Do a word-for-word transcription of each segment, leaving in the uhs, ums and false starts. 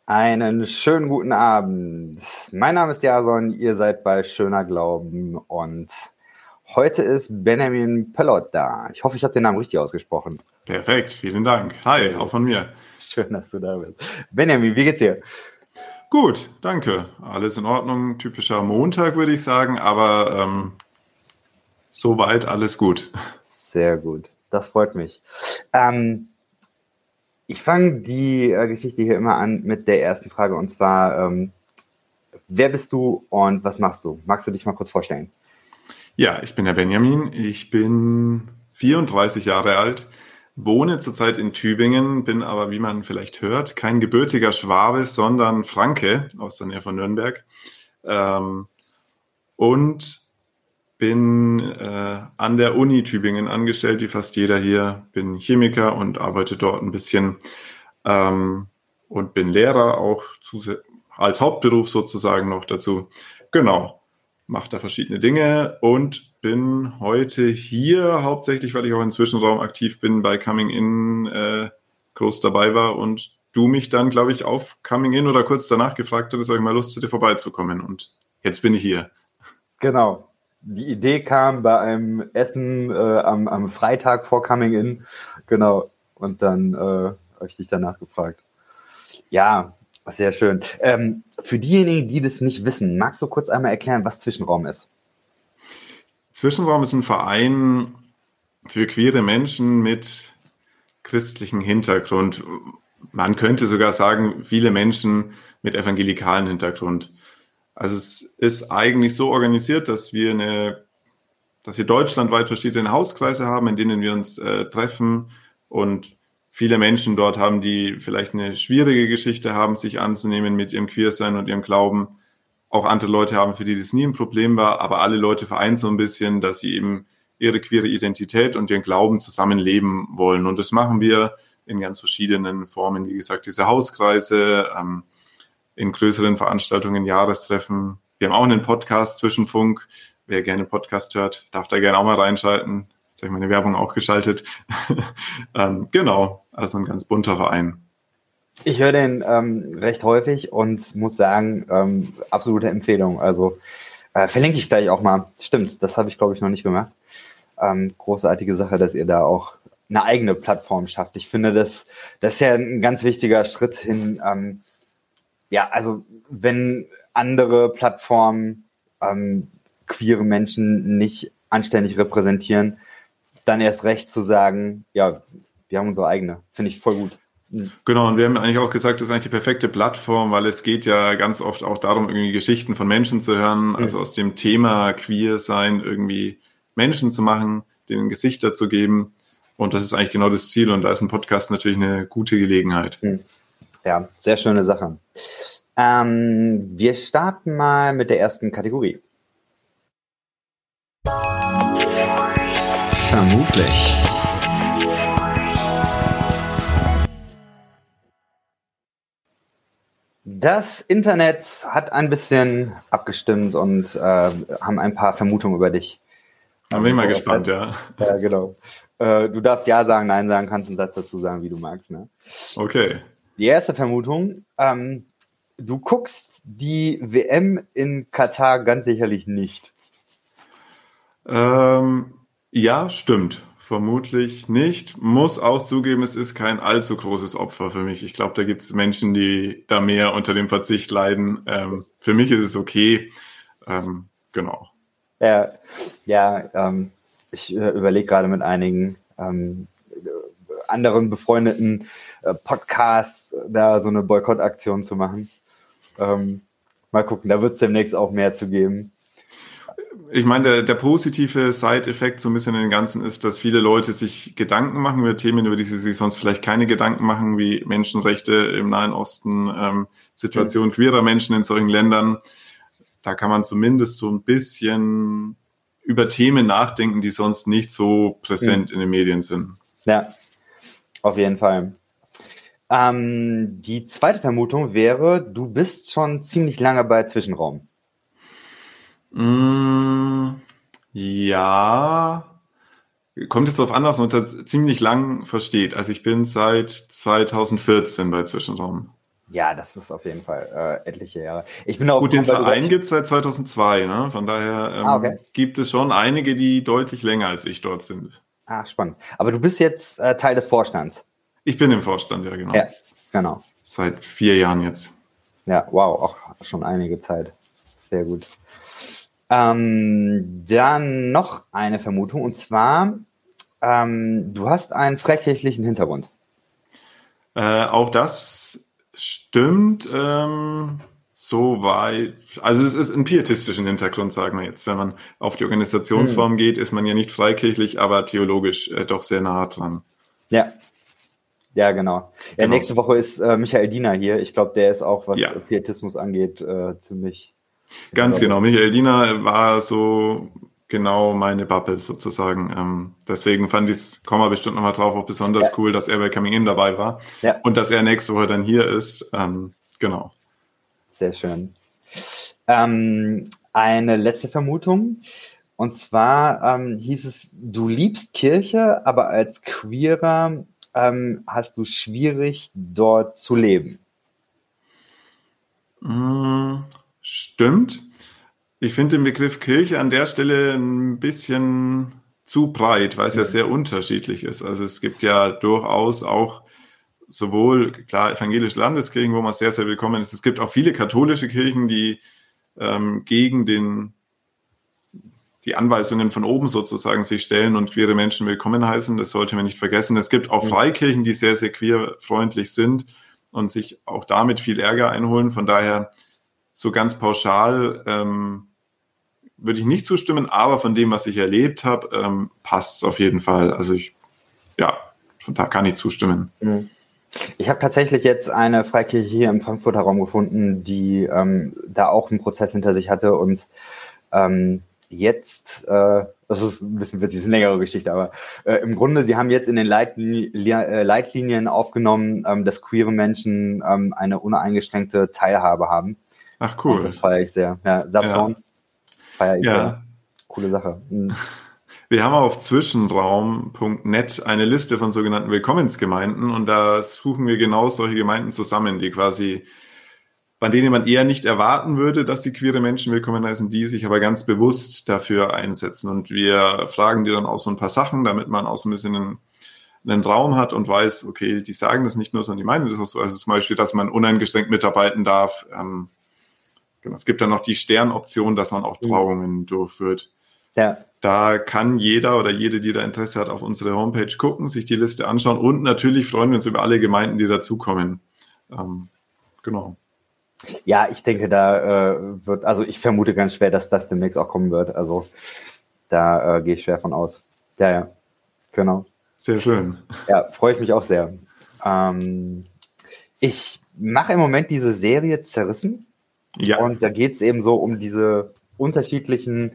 Einen schönen guten Abend. Mein Name ist Jason, ihr seid bei Schöner Glauben und heute ist Benjamin Pöllot da. Ich hoffe, ich habe den Namen richtig ausgesprochen. Perfekt, vielen Dank. Hi, auch von mir. Schön, dass du da bist. Benjamin, wie geht's dir? Gut, danke. Alles in Ordnung. Typischer Montag, würde ich sagen, aber ähm, soweit alles gut. Sehr gut, das freut mich. Ähm, ich fange die äh, Geschichte hier immer an mit der ersten Frage und zwar, ähm, wer bist du und was machst du? Magst du dich mal kurz vorstellen? Ja, ich bin der Benjamin. Ich bin vierunddreißig Jahre alt, wohne zurzeit in Tübingen, bin aber, wie man vielleicht hört, kein gebürtiger Schwabe, sondern Franke aus der Nähe von Nürnberg. Ähm, und bin äh, an der Uni Tübingen angestellt, wie fast jeder hier. Bin Chemiker und arbeite dort ein bisschen ähm, und bin Lehrer auch zus- als Hauptberuf sozusagen noch dazu. Genau, mache da verschiedene Dinge und bin heute hier hauptsächlich, weil ich auch im Zwischenraum aktiv bin, bei Coming In äh, groß dabei war und du mich dann, glaube ich, auf Coming In oder kurz danach gefragt hattest, ob ich mal Lust hätte, vorbeizukommen. Und jetzt bin ich hier. Genau. Die Idee kam bei einem Essen äh, am, am Freitag vor Coming In. Genau. Und dann äh, habe ich dich danach gefragt. Ja, sehr schön. Ähm, für diejenigen, die das nicht wissen, magst du kurz einmal erklären, was Zwischenraum ist? Zwischenraum ist ein Verein für queere Menschen mit christlichem Hintergrund. Man könnte sogar sagen, viele Menschen mit evangelikalen Hintergrund. Also es ist eigentlich so organisiert, dass wir eine, dass wir deutschlandweit verschiedene Hauskreise haben, in denen wir uns äh, treffen und viele Menschen dort haben, die vielleicht eine schwierige Geschichte haben, sich anzunehmen mit ihrem Queersein und ihrem Glauben. Auch andere Leute haben, für die das nie ein Problem war, aber alle Leute vereint so ein bisschen, dass sie eben ihre queere Identität und ihren Glauben zusammenleben wollen. Und das machen wir in ganz verschiedenen Formen. Wie gesagt, diese Hauskreise, ähm, in größeren Veranstaltungen, Jahrestreffen. Wir haben auch einen Podcast Zwischenfunk. Wer gerne Podcast hört, darf da gerne auch mal reinschalten. Jetzt habe ich meine Werbung auch geschaltet. ähm, genau, also ein ganz bunter Verein. Ich höre den ähm, recht häufig und muss sagen, ähm, absolute Empfehlung. Also äh, verlinke ich gleich auch mal. Stimmt, das habe ich, glaube ich, noch nicht gemacht. Ähm, großartige Sache, dass ihr da auch eine eigene Plattform schafft. Ich finde, das, das ist ja ein ganz wichtiger Schritt hin. Ähm, ja, also wenn andere Plattformen ähm, queere Menschen nicht anständig repräsentieren, dann erst recht zu sagen, ja, wir haben unsere eigene. Finde ich voll gut. Genau, und wir haben eigentlich auch gesagt, das ist eigentlich die perfekte Plattform, weil es geht ja ganz oft auch darum, irgendwie Geschichten von Menschen zu hören, also aus dem Thema Queer sein, irgendwie Menschen zu machen, denen Gesichter zu geben. Und das ist eigentlich genau das Ziel. Und da ist ein Podcast natürlich eine gute Gelegenheit. Ja, sehr schöne Sache. Ähm, wir starten mal mit der ersten Kategorie. Vermutlich. Das Internet hat ein bisschen abgestimmt und äh, haben ein paar Vermutungen über dich. Da bin ich mal gespannt, ja. Ja, genau. Äh, du darfst Ja sagen, Nein sagen, kannst einen Satz dazu sagen, wie du magst. Ne? Okay. Die erste Vermutung, ähm, du guckst die W M in Katar ganz sicherlich nicht. Ähm, ja, stimmt. Vermutlich nicht. Muss auch zugeben, es ist kein allzu großes Opfer für mich. Ich glaube, da gibt es Menschen, die da mehr unter dem Verzicht leiden. Ähm, für mich ist es okay. Ähm, genau. Ja, ja ähm, ich äh, überlege gerade mit einigen ähm, anderen befreundeten äh, Podcasts da so eine Boykottaktion zu machen. Ähm, mal gucken, da wird es demnächst auch mehr zu geben. Ich meine, der, der positive Side-Effekt so ein bisschen in dem Ganzen ist, dass viele Leute sich Gedanken machen über Themen, über die sie sich sonst vielleicht keine Gedanken machen, wie Menschenrechte im Nahen Osten, ähm, Situation queerer Menschen in solchen Ländern. Da kann man zumindest so ein bisschen über Themen nachdenken, die sonst nicht so präsent mhm. in den Medien sind. Ja, auf jeden Fall. Ähm, die zweite Vermutung wäre, du bist schon ziemlich lange bei Zwischenraum. Mm, ja, kommt es darauf an, was man unter ziemlich lang versteht. Also ich bin seit zweitausendvierzehn bei Zwischenraum. Ja, das ist auf jeden Fall äh, etliche Jahre. Ich bin auch Gut, den Verein gibt es seit zweitausendzwei, ne? Von daher ähm, ah, okay. gibt es schon einige, die deutlich länger als ich dort sind. Ah, spannend. Aber du bist jetzt äh, Teil des Vorstands. Ich bin im Vorstand, ja, genau. Ja, genau. Seit vier Jahren jetzt. Ja, wow, auch schon einige Zeit. Sehr gut. Ähm, dann noch eine Vermutung, und zwar, ähm, du hast einen freikirchlichen Hintergrund. Äh, auch das stimmt ähm, soweit. Also es ist ein pietistischen Hintergrund, sagen wir jetzt. Wenn man auf die Organisationsform hm. geht, ist man ja nicht freikirchlich, aber theologisch äh, doch sehr nah dran. Ja. Ja, genau. Ja, genau. Nächste Woche ist äh, Michael Diener hier. Ich glaube, der ist auch, was ja. Pietismus angeht, äh, ziemlich... Ganz genau. Michael Diener war so genau meine Bubble sozusagen. Ähm, deswegen fand ich es, kommen wir bestimmt nochmal drauf, auch besonders ja. cool, dass er bei Coming In dabei war ja. und dass er nächste Woche dann hier ist. Ähm, genau. Sehr schön. Ähm, eine letzte Vermutung. Und zwar ähm, hieß es, du liebst Kirche, aber als Queerer ähm, hast du schwierig, dort zu leben. Mm, stimmt. Ich finde den Begriff Kirche an der Stelle ein bisschen zu breit, weil es ja sehr unterschiedlich ist. Also es gibt ja durchaus auch sowohl, klar, evangelische Landeskirchen, wo man sehr, sehr willkommen ist. Es gibt auch viele katholische Kirchen, die ähm, gegen den, die Anweisungen von oben sozusagen sich stellen und queere Menschen willkommen heißen. Das sollte man nicht vergessen. Es gibt auch Freikirchen, die sehr, sehr queerfreundlich sind und sich auch damit viel Ärger einholen. Von daher so ganz pauschal ähm, würde ich nicht zustimmen, aber von dem, was ich erlebt habe, ähm, passt es auf jeden Fall. Also ich, ja, von da kann ich zustimmen. Ich habe tatsächlich jetzt eine Freikirche hier im Frankfurter Raum gefunden, die ähm, da auch einen Prozess hinter sich hatte und ähm, jetzt, äh, das ist ein bisschen witzig, das ist eine längere Geschichte, aber äh, im Grunde, die haben jetzt in den Leitli- äh, Leitlinien aufgenommen, ähm, dass queere Menschen ähm, eine uneingeschränkte Teilhabe haben. Ach cool. Und das feiere ich sehr. Ja, Sapson ja. feiere ich ja. sehr. Coole Sache. Mhm. Wir haben auf zwischenraum punkt net eine Liste von sogenannten Willkommensgemeinden und da suchen wir genau solche Gemeinden zusammen, die quasi, bei denen man eher nicht erwarten würde, dass sie queere Menschen willkommen heißen, die sich aber ganz bewusst dafür einsetzen. Und wir fragen die dann auch so ein paar Sachen, damit man auch so ein bisschen einen, einen Raum hat und weiß, okay, die sagen das nicht nur, sondern die meinen das auch so. Also zum Beispiel, dass man uneingeschränkt mitarbeiten darf. Ähm, genau. Es gibt dann noch die Sternoption, dass man auch Trauungen durchführt. Ja. Da kann jeder oder jede, die da Interesse hat, auf unsere Homepage gucken, sich die Liste anschauen und natürlich freuen wir uns über alle Gemeinden, die dazukommen. Ähm, genau. Ja, ich denke, da äh, wird, also ich vermute ganz schwer, dass das demnächst auch kommen wird. Also da äh, gehe ich schwer von aus. Ja, ja, genau. Sehr schön. Ja, freue ich mich auch sehr. Ähm, ich mache im Moment diese Serie Zerrissen. Ja. Und da geht es eben so um diese unterschiedlichen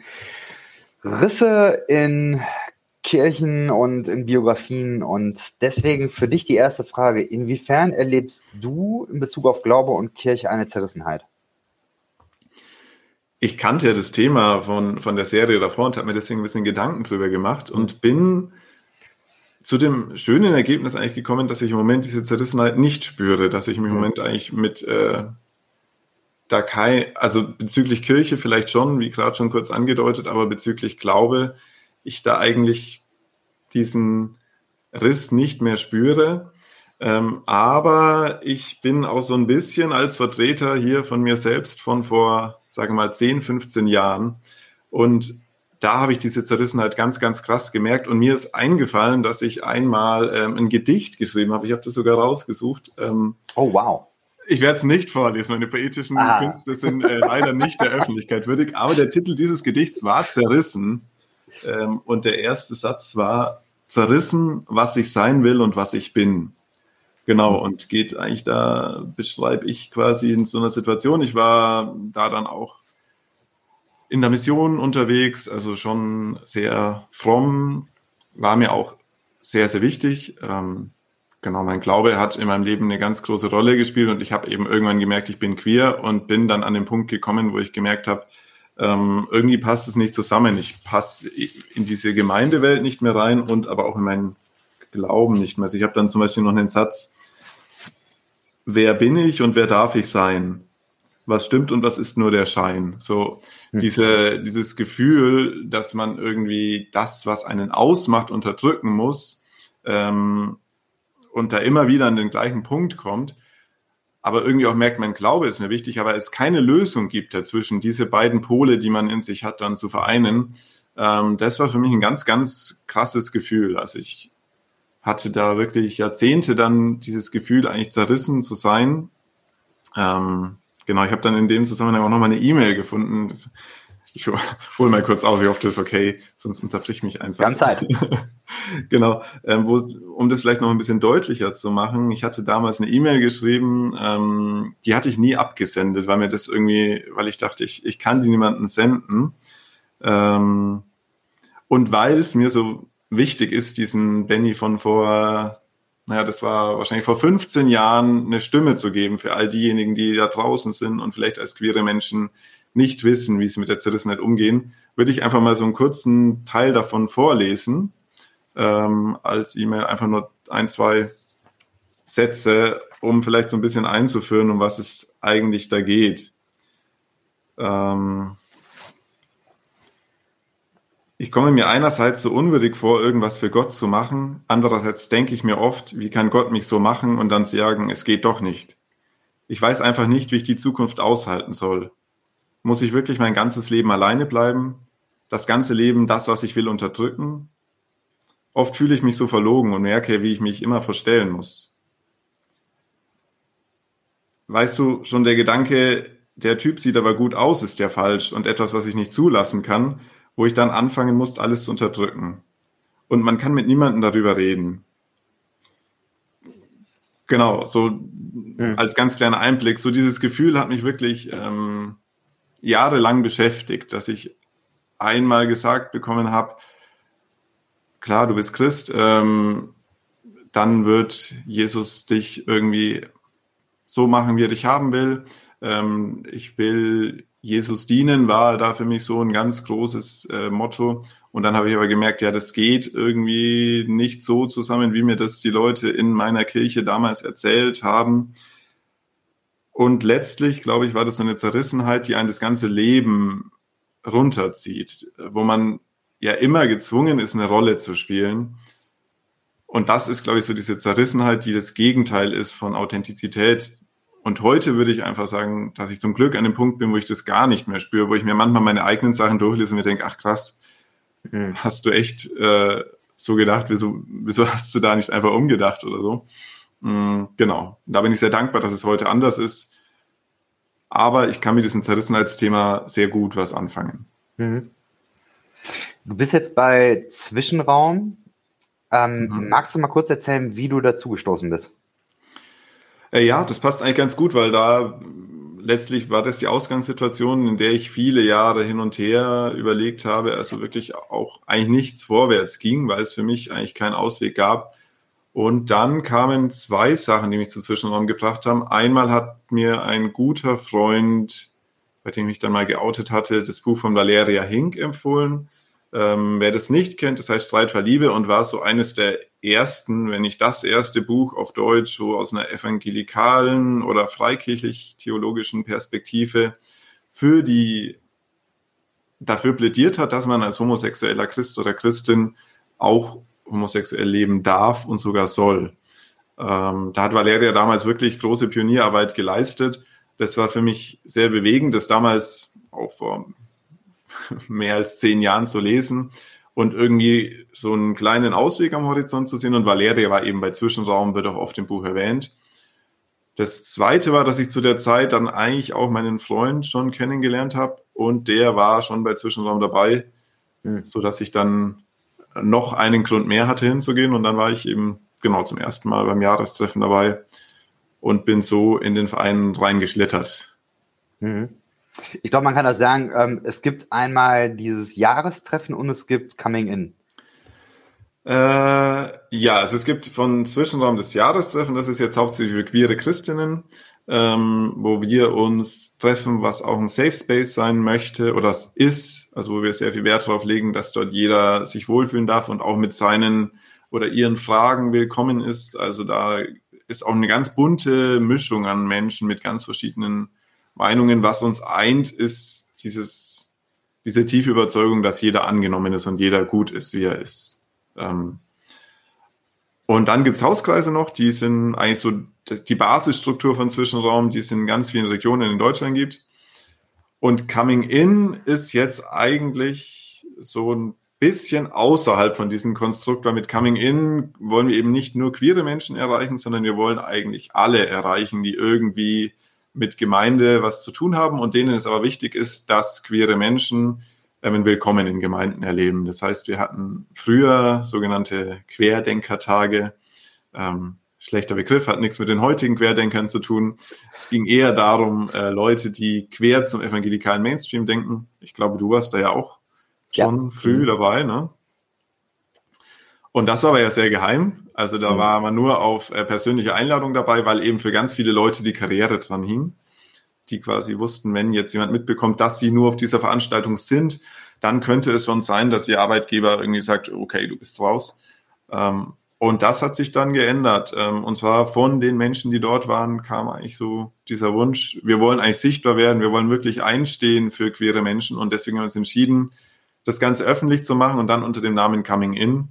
Risse in Kirchen und in Biografien. Und deswegen für dich die erste Frage: Inwiefern erlebst du in Bezug auf Glaube und Kirche eine Zerrissenheit? Ich kannte ja das Thema von, von der Serie davor und habe mir deswegen ein bisschen Gedanken drüber gemacht und bin zu dem schönen Ergebnis eigentlich gekommen, dass ich im Moment diese Zerrissenheit nicht spüre, dass ich mich im Moment eigentlich mit äh, da kein, also bezüglich Kirche vielleicht schon, wie gerade schon kurz angedeutet, aber bezüglich Glaube, ich da eigentlich diesen Riss nicht mehr spüre. Ähm, aber ich bin auch so ein bisschen als Vertreter hier von mir selbst von vor, sagen wir mal, zehn, fünfzehn Jahren. Und da habe ich diese Zerrissenheit ganz, ganz krass gemerkt. Und mir ist eingefallen, dass ich einmal ähm, ein Gedicht geschrieben habe. Ich habe das sogar rausgesucht. Ähm, oh, wow. Ich werde es nicht vorlesen. Meine poetischen ah. Künste sind äh, leider nicht der Öffentlichkeit würdig. Aber der Titel dieses Gedichts war Zerrissen. Ähm, und der erste Satz war: Zerrissen, was ich sein will und was ich bin. Genau, und geht eigentlich, da beschreibe ich quasi in so einer Situation. Ich war da dann auch in der Mission unterwegs, also schon sehr fromm, war mir auch sehr, sehr wichtig. Ähm, genau, mein Glaube hat in meinem Leben eine ganz große Rolle gespielt und ich habe eben irgendwann gemerkt, ich bin queer und bin dann an den Punkt gekommen, wo ich gemerkt habe, ähm, irgendwie passt es nicht zusammen. Ich passe in diese Gemeindewelt nicht mehr rein und aber auch in meinen Glauben nicht mehr. Also ich habe dann zum Beispiel noch einen Satz wer bin ich und wer darf ich sein? Was stimmt und was ist nur der Schein? So hm. diese, dieses Gefühl, dass man irgendwie das, was einen ausmacht, unterdrücken muss, ähm, und da immer wieder an den gleichen Punkt kommt, aber irgendwie auch merkt, mein Glaube ist mir wichtig, aber es keine Lösung gibt dazwischen, diese beiden Pole, die man in sich hat, dann zu vereinen. Ähm, das war für mich ein ganz, ganz krasses Gefühl. Also ich hatte da wirklich Jahrzehnte dann dieses Gefühl, eigentlich zerrissen zu sein. Ähm, Genau, ich habe dann in dem Zusammenhang auch nochmal eine E-Mail gefunden. Ich hole mal kurz aus, ich hoffe, das ist okay, sonst unterbrich mich einfach. Ganz Zeit. Genau, ähm, wo, um das vielleicht noch ein bisschen deutlicher zu machen. Ich hatte damals eine E-Mail geschrieben, ähm, die hatte ich nie abgesendet, weil mir das irgendwie, weil ich dachte, ich, ich kann die niemandem senden. Ähm, und weil es mir so wichtig ist, diesen Benny von vor... Naja, das war wahrscheinlich vor fünfzehn Jahren, eine Stimme zu geben für all diejenigen, die da draußen sind und vielleicht als queere Menschen nicht wissen, wie sie mit der Zerrissenheit umgehen, würde ich einfach mal so einen kurzen Teil davon vorlesen, ähm, als E-Mail, einfach nur ein, zwei Sätze, um vielleicht so ein bisschen einzuführen, um was es eigentlich da geht. Ähm, Ich komme mir einerseits so unwürdig vor, irgendwas für Gott zu machen. Andererseits denke ich mir oft, wie kann Gott mich so machen und dann sagen, es geht doch nicht. Ich weiß einfach nicht, wie ich die Zukunft aushalten soll. Muss ich wirklich mein ganzes Leben alleine bleiben? Das ganze Leben, das, was ich will, unterdrücken? Oft fühle ich mich so verlogen und merke, wie ich mich immer verstellen muss. Weißt du, schon der Gedanke, der Typ sieht aber gut aus, ist ja falsch und etwas, was ich nicht zulassen kann, wo ich dann anfangen muss, alles zu unterdrücken. Und man kann mit niemandem darüber reden. Genau, so mhm. als ganz kleiner Einblick. So dieses Gefühl hat mich wirklich ähm, jahrelang beschäftigt, dass ich einmal gesagt bekommen habe, klar, du bist Christ, ähm, dann wird Jesus dich irgendwie so machen, wie er dich haben will. Ähm, ich will Jesus dienen, war da für mich so ein ganz großes äh, Motto. Und dann habe ich aber gemerkt, ja, das geht irgendwie nicht so zusammen, wie mir das die Leute in meiner Kirche damals erzählt haben. Und letztlich, glaube ich, war das so eine Zerrissenheit, die einen das ganze Leben runterzieht, wo man ja immer gezwungen ist, eine Rolle zu spielen. Und das ist, glaube ich, so diese Zerrissenheit, die das Gegenteil ist von Authentizität. Und heute würde ich einfach sagen, dass ich zum Glück an dem Punkt bin, wo ich das gar nicht mehr spüre, wo ich mir manchmal meine eigenen Sachen durchlese und mir denke, ach krass, mhm. hast du echt äh, so gedacht, wieso, wieso hast du da nicht einfach umgedacht oder so? Mhm, genau, da bin ich sehr dankbar, dass es heute anders ist. Aber ich kann mit diesem Zerrissenheitsthema sehr gut was anfangen. Mhm. Du bist jetzt bei Zwischenraum. Ähm, mhm. Magst du mal kurz erzählen, wie du dazu gestoßen bist? Ja, das passt eigentlich ganz gut, weil da letztlich war das die Ausgangssituation, in der ich viele Jahre hin und her überlegt habe, also wirklich auch eigentlich nichts vorwärts ging, weil es für mich eigentlich keinen Ausweg gab. Und dann kamen zwei Sachen, die mich zu Zwischenraum gebracht haben. Einmal hat mir ein guter Freund, bei dem ich dann mal geoutet hatte, das Buch von Valeria Hink empfohlen. Ähm, wer das nicht kennt, das heißt Streit vor Liebe und war so eines der ersten, wenn nicht das erste Buch auf Deutsch, so aus einer evangelikalen oder freikirchlich-theologischen Perspektive für die, dafür plädiert hat, dass man als homosexueller Christ oder Christin auch homosexuell leben darf und sogar soll. Ähm, da hat Valeria damals wirklich große Pionierarbeit geleistet. Das war für mich sehr bewegend, das damals auch vor mehr als zehn Jahren zu lesen und irgendwie so einen kleinen Ausweg am Horizont zu sehen. Und Valeria war eben bei Zwischenraum, wird auch oft im Buch erwähnt. Das Zweite war, dass ich zu der Zeit dann eigentlich auch meinen Freund schon kennengelernt habe und der war schon bei Zwischenraum dabei, mhm. sodass ich dann noch einen Grund mehr hatte hinzugehen. Und dann war ich eben genau zum ersten Mal beim Jahrestreffen dabei und bin so in den Verein reingeschlittert. Mhm. Ich glaube, man kann das sagen, ähm, es gibt einmal dieses Jahrestreffen und es gibt Coming In. Äh, ja, also es gibt von Zwischenraum das Jahrestreffen, das ist jetzt hauptsächlich für queere Christinnen, ähm, wo wir uns treffen, was auch ein Safe Space sein möchte oder es ist, also wo wir sehr viel Wert darauf legen, dass dort jeder sich wohlfühlen darf und auch mit seinen oder ihren Fragen willkommen ist. Also da ist auch eine ganz bunte Mischung an Menschen mit ganz verschiedenen Meinungen. Was uns eint, ist dieses, diese tiefe Überzeugung, dass jeder angenommen ist und jeder gut ist, wie er ist. Ähm, und dann gibt's Hauskreise noch, die sind eigentlich so die Basisstruktur von Zwischenraum, die es in ganz vielen Regionen in Deutschland gibt. Und Coming In ist jetzt eigentlich so ein bisschen außerhalb von diesem Konstrukt, weil mit Coming In wollen wir eben nicht nur queere Menschen erreichen, sondern wir wollen eigentlich alle erreichen, die irgendwie mit Gemeinde was zu tun haben und denen es aber wichtig ist, dass queere Menschen ein Willkommen in Gemeinden erleben. Das heißt, wir hatten früher sogenannte Querdenkertage. Ähm, schlechter Begriff, hat nichts mit den heutigen Querdenkern zu tun. Es ging eher darum, äh, Leute, die quer zum evangelikalen Mainstream denken. Ich glaube, du warst da ja auch schon ja. früh dabei, ne? Und das war aber ja sehr geheim. Also da mhm. war man nur auf äh, persönliche Einladung dabei, weil eben für ganz viele Leute die Karriere dran hing, die quasi wussten, wenn jetzt jemand mitbekommt, dass sie nur auf dieser Veranstaltung sind, dann könnte es schon sein, dass ihr Arbeitgeber irgendwie sagt, okay, du bist raus. Ähm, und das hat sich dann geändert. Ähm, und zwar von den Menschen, die dort waren, kam eigentlich so dieser Wunsch, wir wollen eigentlich sichtbar werden, wir wollen wirklich einstehen für queere Menschen und deswegen haben wir uns entschieden, das Ganze öffentlich zu machen und dann unter dem Namen Coming In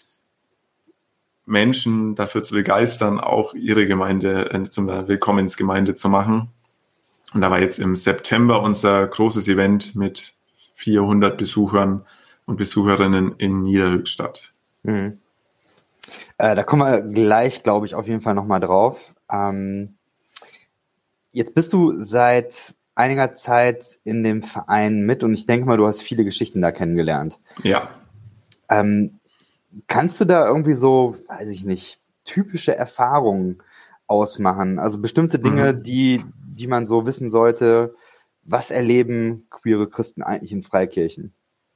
Menschen dafür zu begeistern, auch ihre Gemeinde äh, zum Willkommensgemeinde zu machen. Und da war jetzt im September unser großes Event mit vierhundert Besuchern und Besucherinnen in Niederhöchstadt. Mhm. Äh, da kommen wir gleich, glaube ich, auf jeden Fall nochmal drauf. Ähm, jetzt bist du seit einiger Zeit in dem Verein mit und ich denke mal, du hast viele Geschichten da kennengelernt. Ja. Ähm, kannst du da irgendwie so, weiß ich nicht, typische Erfahrungen ausmachen? Also bestimmte Dinge, mhm. die, die man so wissen sollte, was erleben queere Christen eigentlich in Freikirchen?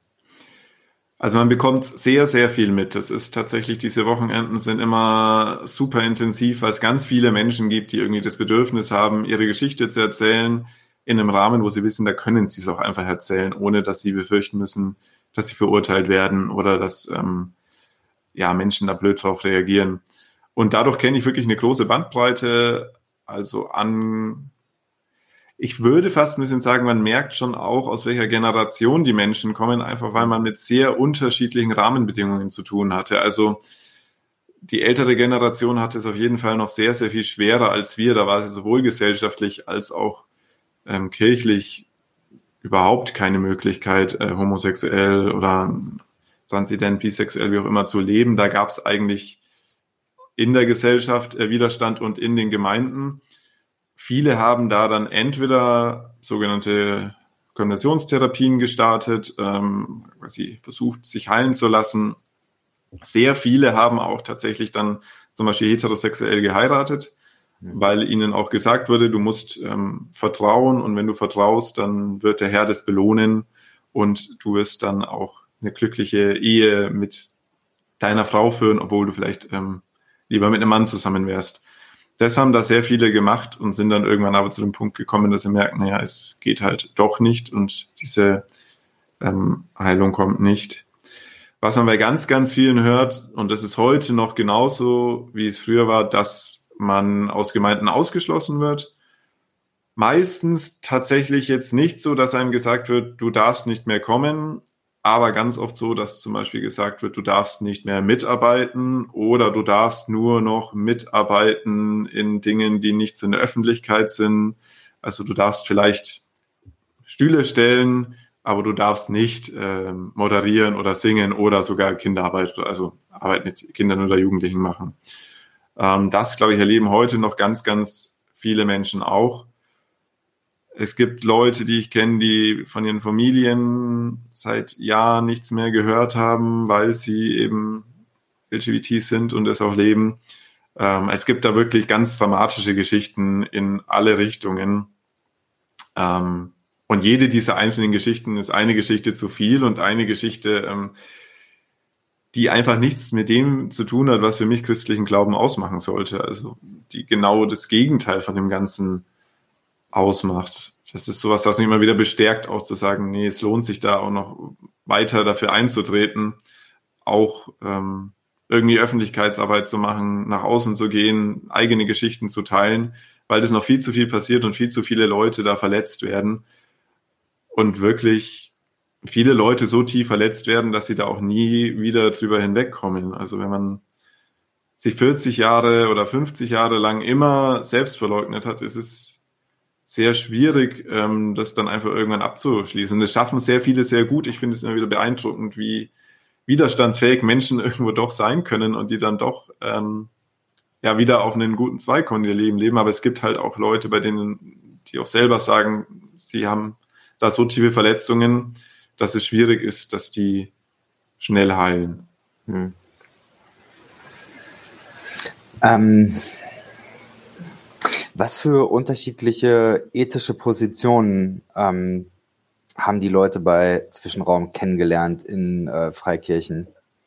Also man bekommt sehr, sehr viel mit. Das ist tatsächlich, diese Wochenenden sind immer super intensiv, weil es ganz viele Menschen gibt, die irgendwie das Bedürfnis haben, ihre Geschichte zu erzählen in einem Rahmen, wo sie wissen, da können sie es auch einfach erzählen, ohne dass sie befürchten müssen, dass sie verurteilt werden oder dass ähm, ja, Menschen da blöd drauf reagieren. Und dadurch kenne ich wirklich eine große Bandbreite, also an, ich würde fast ein bisschen sagen, man merkt schon auch, aus welcher Generation die Menschen kommen, einfach weil man mit sehr unterschiedlichen Rahmenbedingungen zu tun hatte. Also die ältere Generation hatte es auf jeden Fall noch sehr, sehr viel schwerer als wir. Da war sie sowohl gesellschaftlich als auch ähm, kirchlich überhaupt keine Möglichkeit, äh, homosexuell oder transident, bisexuell, wie auch immer zu leben. Da gab es eigentlich in der Gesellschaft äh, Widerstand und in den Gemeinden. Viele haben da dann entweder sogenannte Konversionstherapien gestartet, ähm, quasi versucht, sich heilen zu lassen. Sehr viele haben auch tatsächlich dann zum Beispiel heterosexuell geheiratet, mhm. weil ihnen auch gesagt wurde, du musst ähm, vertrauen und wenn du vertraust, dann wird der Herr das belohnen und du wirst dann auch eine glückliche Ehe mit deiner Frau führen, obwohl du vielleicht ähm, lieber mit einem Mann zusammen wärst. Das haben da sehr viele gemacht und sind dann irgendwann aber zu dem Punkt gekommen, dass sie merken, naja, es geht halt doch nicht und diese ähm, Heilung kommt nicht. Was man bei ganz, ganz vielen hört, und das ist heute noch genauso, wie es früher war, dass man aus Gemeinden ausgeschlossen wird. Meistens tatsächlich jetzt nicht so, dass einem gesagt wird, du darfst nicht mehr kommen, aber ganz oft so, dass zum Beispiel gesagt wird, du darfst nicht mehr mitarbeiten oder du darfst nur noch mitarbeiten in Dingen, die nicht so in der Öffentlichkeit sind. Also du darfst vielleicht Stühle stellen, aber du darfst nicht äh, moderieren oder singen oder sogar Kinderarbeit, also Arbeit mit Kindern oder Jugendlichen machen. Ähm, das, glaube ich, erleben heute noch ganz, ganz viele Menschen auch. Es gibt Leute, die ich kenne, die von ihren Familien seit Jahren nichts mehr gehört haben, weil sie eben L G B T sind und es auch leben. Ähm, es gibt da wirklich ganz dramatische Geschichten in alle Richtungen. Ähm, und jede dieser einzelnen Geschichten ist eine Geschichte zu viel und eine Geschichte, ähm, die einfach nichts mit dem zu tun hat, was für mich christlichen Glauben ausmachen sollte. Also die genau das Gegenteil von dem Ganzen ausmacht. Das ist sowas, was mich immer wieder bestärkt, auch zu sagen, nee, es lohnt sich da auch noch weiter dafür einzutreten, auch ähm, irgendwie Öffentlichkeitsarbeit zu machen, nach außen zu gehen, eigene Geschichten zu teilen, weil das noch viel zu viel passiert und viel zu viele Leute da verletzt werden und wirklich viele Leute so tief verletzt werden, dass sie da auch nie wieder drüber hinwegkommen. Also wenn man sich vierzig Jahre oder fünfzig Jahre lang immer selbst verleugnet hat, ist es sehr schwierig, ähm, das dann einfach irgendwann abzuschließen. Und das schaffen sehr viele sehr gut. Ich finde es immer wieder beeindruckend, wie widerstandsfähig Menschen irgendwo doch sein können und die dann doch ähm, ja wieder auf einen guten Zweig von ihr Leben leben. Aber es gibt halt auch Leute, bei denen, die auch selber sagen, sie haben da so tiefe Verletzungen, dass es schwierig ist, dass die schnell heilen. Hm. Ähm, was für unterschiedliche ethische Positionen ähm, haben die Leute bei Zwischenraum kennengelernt in äh, Freikirchen?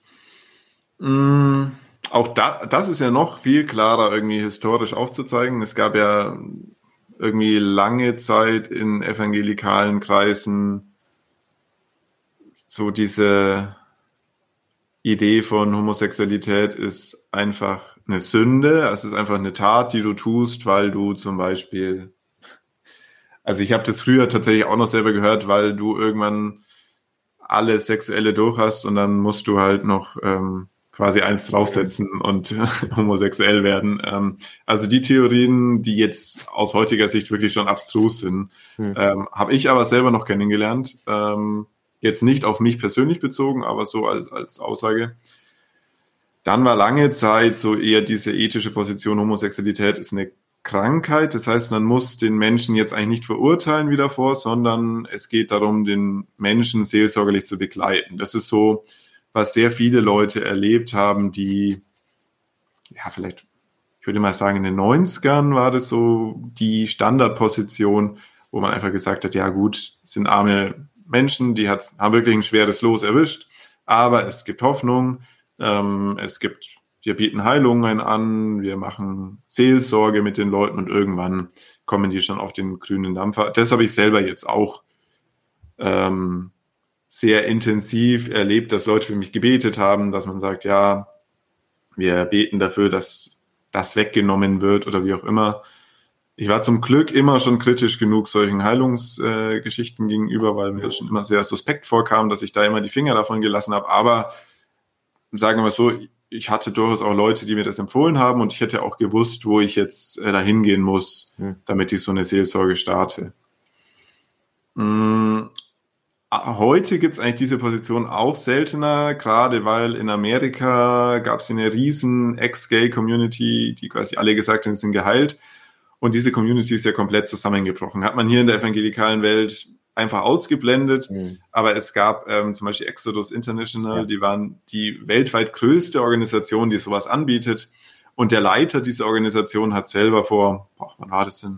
Mm, auch da, das ist ja noch viel klarer irgendwie historisch aufzuzeigen. Es gab ja irgendwie lange Zeit in evangelikalen Kreisen so diese Idee von Homosexualität ist einfach eine Sünde. Es ist einfach eine Tat, die du tust, weil du zum Beispiel, also ich habe das früher tatsächlich auch noch selber gehört, weil du irgendwann alle Sexuelle durch hast und dann musst du halt noch ähm, quasi eins draufsetzen und homosexuell werden. Ähm, also die Theorien, die jetzt aus heutiger Sicht wirklich schon abstrus sind, hm. ähm, habe ich aber selber noch kennengelernt. Ähm, jetzt nicht auf mich persönlich bezogen, aber so als, als Aussage. Dann war lange Zeit so eher diese ethische Position, Homosexualität ist eine Krankheit. Das heißt, man muss den Menschen jetzt eigentlich nicht verurteilen wie davor, sondern es geht darum, den Menschen seelsorgerlich zu begleiten. Das ist so, was sehr viele Leute erlebt haben, die, ja, vielleicht, ich würde mal sagen, in den neunzigern war das so die Standardposition, wo man einfach gesagt hat, ja gut, es sind arme Menschen, die hat, haben wirklich ein schweres Los erwischt, aber es gibt Hoffnung, ähm, es gibt, wir bieten Heilungen an, wir machen Seelsorge mit den Leuten und irgendwann kommen die schon auf den grünen Dampfer. Das habe ich selber jetzt auch ähm, sehr intensiv erlebt, dass Leute für mich gebetet haben, dass man sagt, ja, wir beten dafür, dass das weggenommen wird oder wie auch immer. Ich war zum Glück immer schon kritisch genug solchen Heilungsgeschichten äh, gegenüber, weil mir das schon immer sehr suspekt vorkam, dass ich da immer die Finger davon gelassen habe. Aber sagen wir mal so, ich hatte durchaus auch Leute, die mir das empfohlen haben und ich hätte auch gewusst, wo ich jetzt äh, dahin gehen muss, hm. damit ich so eine Seelsorge starte. Hm. Heute gibt es eigentlich diese Position auch seltener, gerade weil in Amerika gab es eine riesen Ex-Gay-Community, die quasi alle gesagt haben, sie sind geheilt. Und diese Community ist ja komplett zusammengebrochen. Hat man hier in der evangelikalen Welt einfach ausgeblendet. Mhm. Aber es gab ähm, zum Beispiel Exodus International, ja. Die waren die weltweit größte Organisation, die sowas anbietet. Und der Leiter dieser Organisation hat selber vor, boah, wann war das denn?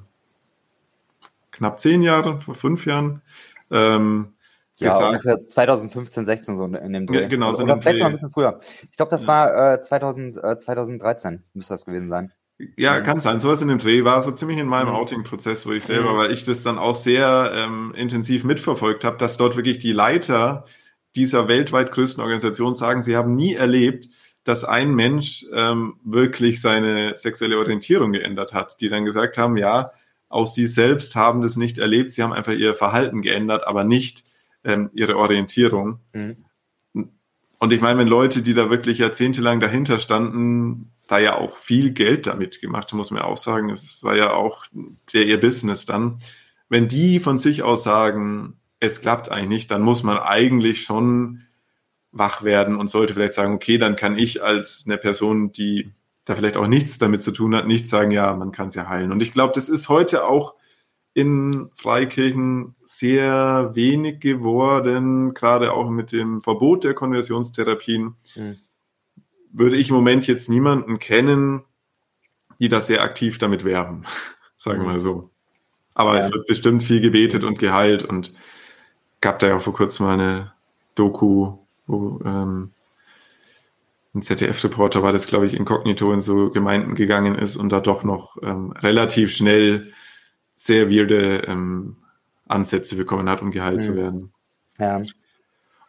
Knapp zehn Jahre, vor fünf Jahren, ähm, ja, gesagt, ungefähr zwanzig fünfzehn, sechzehn so in dem Dreh. Ja, genau, so oder vielleicht noch ein bisschen früher. Ich glaube, das ja. war äh, zweitausend, äh, zwanzig dreizehn, müsste das gewesen sein. Ja, kann sein. Sowas in dem Dreh war so ziemlich in meinem mhm. Outing-Prozess, wo ich selber, mhm. weil ich das dann auch sehr ähm, intensiv mitverfolgt habe, dass dort wirklich die Leiter dieser weltweit größten Organisation sagen, sie haben nie erlebt, dass ein Mensch ähm, wirklich seine sexuelle Orientierung geändert hat, die dann gesagt haben, ja, auch sie selbst haben das nicht erlebt, sie haben einfach ihr Verhalten geändert, aber nicht ähm, ihre Orientierung. Mhm. Und ich meine, wenn Leute, die da wirklich jahrzehntelang dahinter standen, da ja auch viel Geld damit gemacht haben, muss man ja auch sagen, es war ja auch der, ihr Business dann. Wenn die von sich aus sagen, es klappt eigentlich nicht, dann muss man eigentlich schon wach werden und sollte vielleicht sagen, okay, dann kann ich als eine Person, die da vielleicht auch nichts damit zu tun hat, nicht sagen, ja, man kann es ja heilen. Und ich glaube, das ist heute auch in Freikirchen sehr wenig geworden, gerade auch mit dem Verbot der Konversionstherapien. Mhm. Würde ich im Moment jetzt niemanden kennen, die da sehr aktiv damit werben, sagen wir mhm. mal so. Aber ja. Es wird bestimmt viel gebetet mhm. und geheilt und gab da ja auch vor kurzem mal eine Doku, wo ähm, ein Z D F-Reporter war das, glaube ich, inkognito in so Gemeinden gegangen ist und da doch noch ähm, relativ schnell sehr weirde ähm, Ansätze bekommen hat, um geheilt mhm. zu werden. Ja.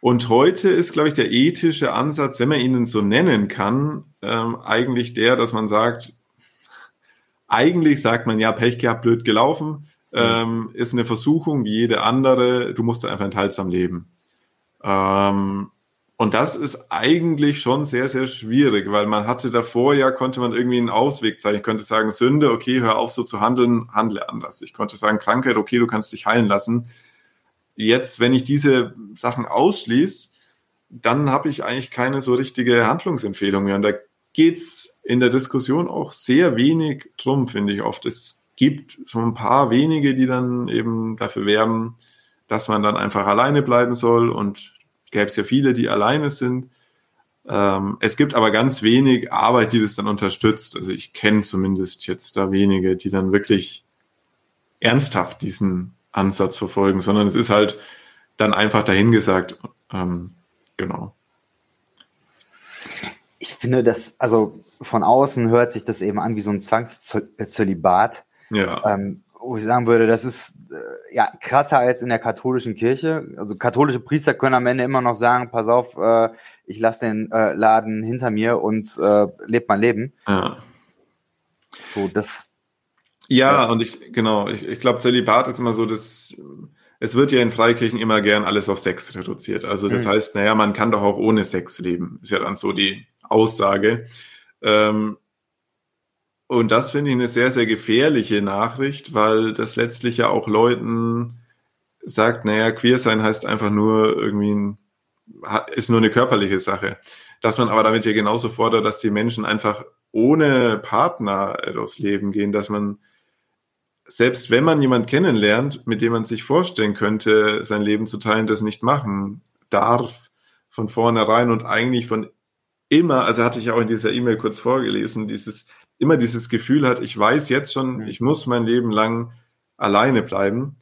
Und heute ist, glaube ich, der ethische Ansatz, wenn man ihn so nennen kann, ähm, eigentlich der, dass man sagt, eigentlich sagt man ja, Pech gehabt, blöd gelaufen, ähm, ist eine Versuchung wie jede andere, du musst einfach enthaltsam leben. Ähm, und das ist eigentlich schon sehr, sehr schwierig, weil man hatte davor ja, konnte man irgendwie einen Ausweg zeigen. Ich könnte sagen, Sünde, okay, hör auf so zu handeln, handle anders. Ich konnte sagen, Krankheit, okay, du kannst dich heilen lassen. Jetzt, wenn ich diese Sachen ausschließe, dann habe ich eigentlich keine so richtige Handlungsempfehlung mehr. Und da geht's in der Diskussion auch sehr wenig drum, finde ich oft. Es gibt so ein paar wenige, die dann eben dafür werben, dass man dann einfach alleine bleiben soll, und gäbe es ja viele, die alleine sind. Ähm, es gibt aber ganz wenig Arbeit, die das dann unterstützt. Also ich kenne zumindest jetzt da wenige, die dann wirklich ernsthaft diesen Ansatz verfolgen, sondern es ist halt dann einfach dahingesagt. Ähm, genau. Ich finde das, also von außen hört sich das eben an wie so ein Zwangszölibat. Ja. Ähm, wo ich sagen würde, das ist äh, ja krasser als in der katholischen Kirche. Also katholische Priester können am Ende immer noch sagen, pass auf, äh, ich lasse den äh, Laden hinter mir und äh, lebe mein Leben. Ja. So, das. Ja, Ja. und ich, genau, ich, ich glaube, Zölibat ist immer so, dass es wird ja in Freikirchen immer gern alles auf Sex reduziert. Also das Mhm. heißt, naja, man kann doch auch ohne Sex leben. Ist ja dann so die Aussage. Ähm, und das finde ich eine sehr, sehr gefährliche Nachricht, weil das letztlich ja auch Leuten sagt, naja, queer sein heißt einfach nur irgendwie ein, ist nur eine körperliche Sache. Dass man aber damit ja genauso fordert, dass die Menschen einfach ohne Partner durchs Leben gehen, dass man, selbst wenn man jemanden kennenlernt, mit dem man sich vorstellen könnte, sein Leben zu teilen, das nicht machen darf von vornherein und eigentlich von immer, also hatte ich ja auch in dieser E-Mail kurz vorgelesen, dieses, immer dieses Gefühl hat, ich weiß jetzt schon, Mhm. ich muss mein Leben lang alleine bleiben.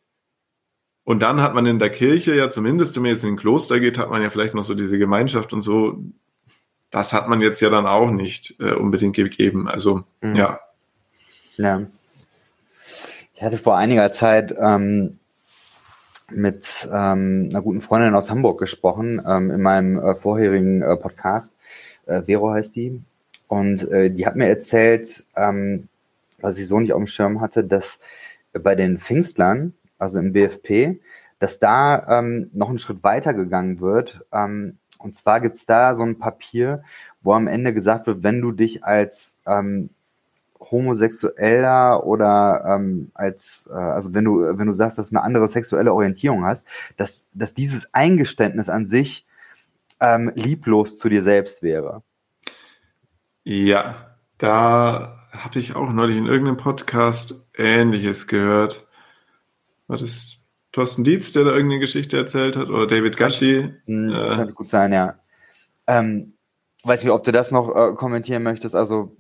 Und dann hat man in der Kirche ja, zumindest wenn man jetzt in ein Kloster geht, hat man ja vielleicht noch so diese Gemeinschaft und so. Das hat man jetzt ja dann auch nicht äh, unbedingt gegeben. Also, Mhm. ja. Ja. Ich hatte vor einiger Zeit ähm, mit ähm, einer guten Freundin aus Hamburg gesprochen, ähm, in meinem äh, vorherigen äh, Podcast. Äh, Vero heißt die. Und äh, die hat mir erzählt, ähm, was ich so nicht auf dem Schirm hatte, dass äh, bei den Pfingstlern, also im B F P, dass da ähm, noch einen Schritt weiter gegangen wird. Ähm, und zwar gibt's da so ein Papier, wo am Ende gesagt wird, wenn du dich als ähm, Homosexueller oder ähm, als, äh, also wenn du, wenn du sagst, dass du eine andere sexuelle Orientierung hast, dass, dass dieses Eingeständnis an sich ähm, lieblos zu dir selbst wäre. Ja, da habe ich auch neulich in irgendeinem Podcast Ähnliches gehört. War das Thorsten Dietz, der da irgendeine Geschichte erzählt hat, oder David Gashi? Hm, Äh, könnte gut sein, ja. Ähm, weiß nicht, ob du das noch äh, kommentieren möchtest, also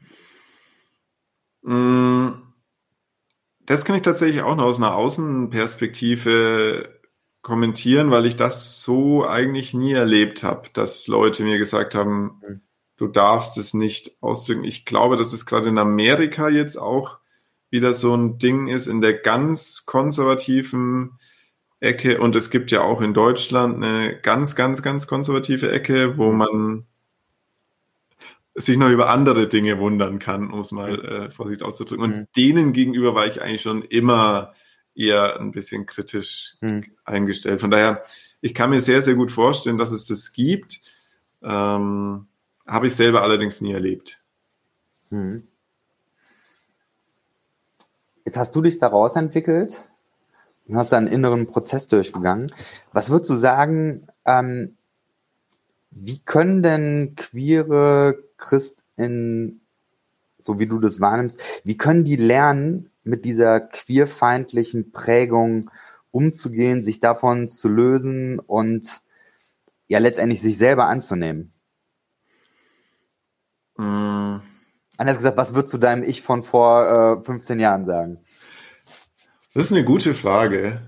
mh, das kann ich tatsächlich auch noch aus einer Außenperspektive kommentieren, weil ich das so eigentlich nie erlebt habe, dass Leute mir gesagt haben, hm, du darfst es nicht ausdrücken. Ich glaube, dass es gerade in Amerika jetzt auch wieder so ein Ding ist, in der ganz konservativen Ecke. Und es gibt ja auch in Deutschland eine ganz, ganz, ganz konservative Ecke, wo hm, man sich noch über andere Dinge wundern kann, um es mal hm, äh, vorsichtig auszudrücken. Und hm, denen gegenüber war ich eigentlich schon immer eher ein bisschen kritisch hm. eingestellt. Von daher, ich kann mir sehr, sehr gut vorstellen, dass es das gibt. Ähm, habe ich selber allerdings nie erlebt. Hm. Jetzt hast du dich daraus entwickelt und hast einen inneren Prozess durchgegangen. Was würdest du sagen, ähm, wie können denn queere ChristInnen, so wie du das wahrnimmst, wie können die lernen, mit dieser queerfeindlichen Prägung umzugehen, sich davon zu lösen und ja letztendlich sich selber anzunehmen? Mm, Anders gesagt, was würdest du deinem Ich von vor äh, fünfzehn Jahren sagen? Das ist eine gute Frage.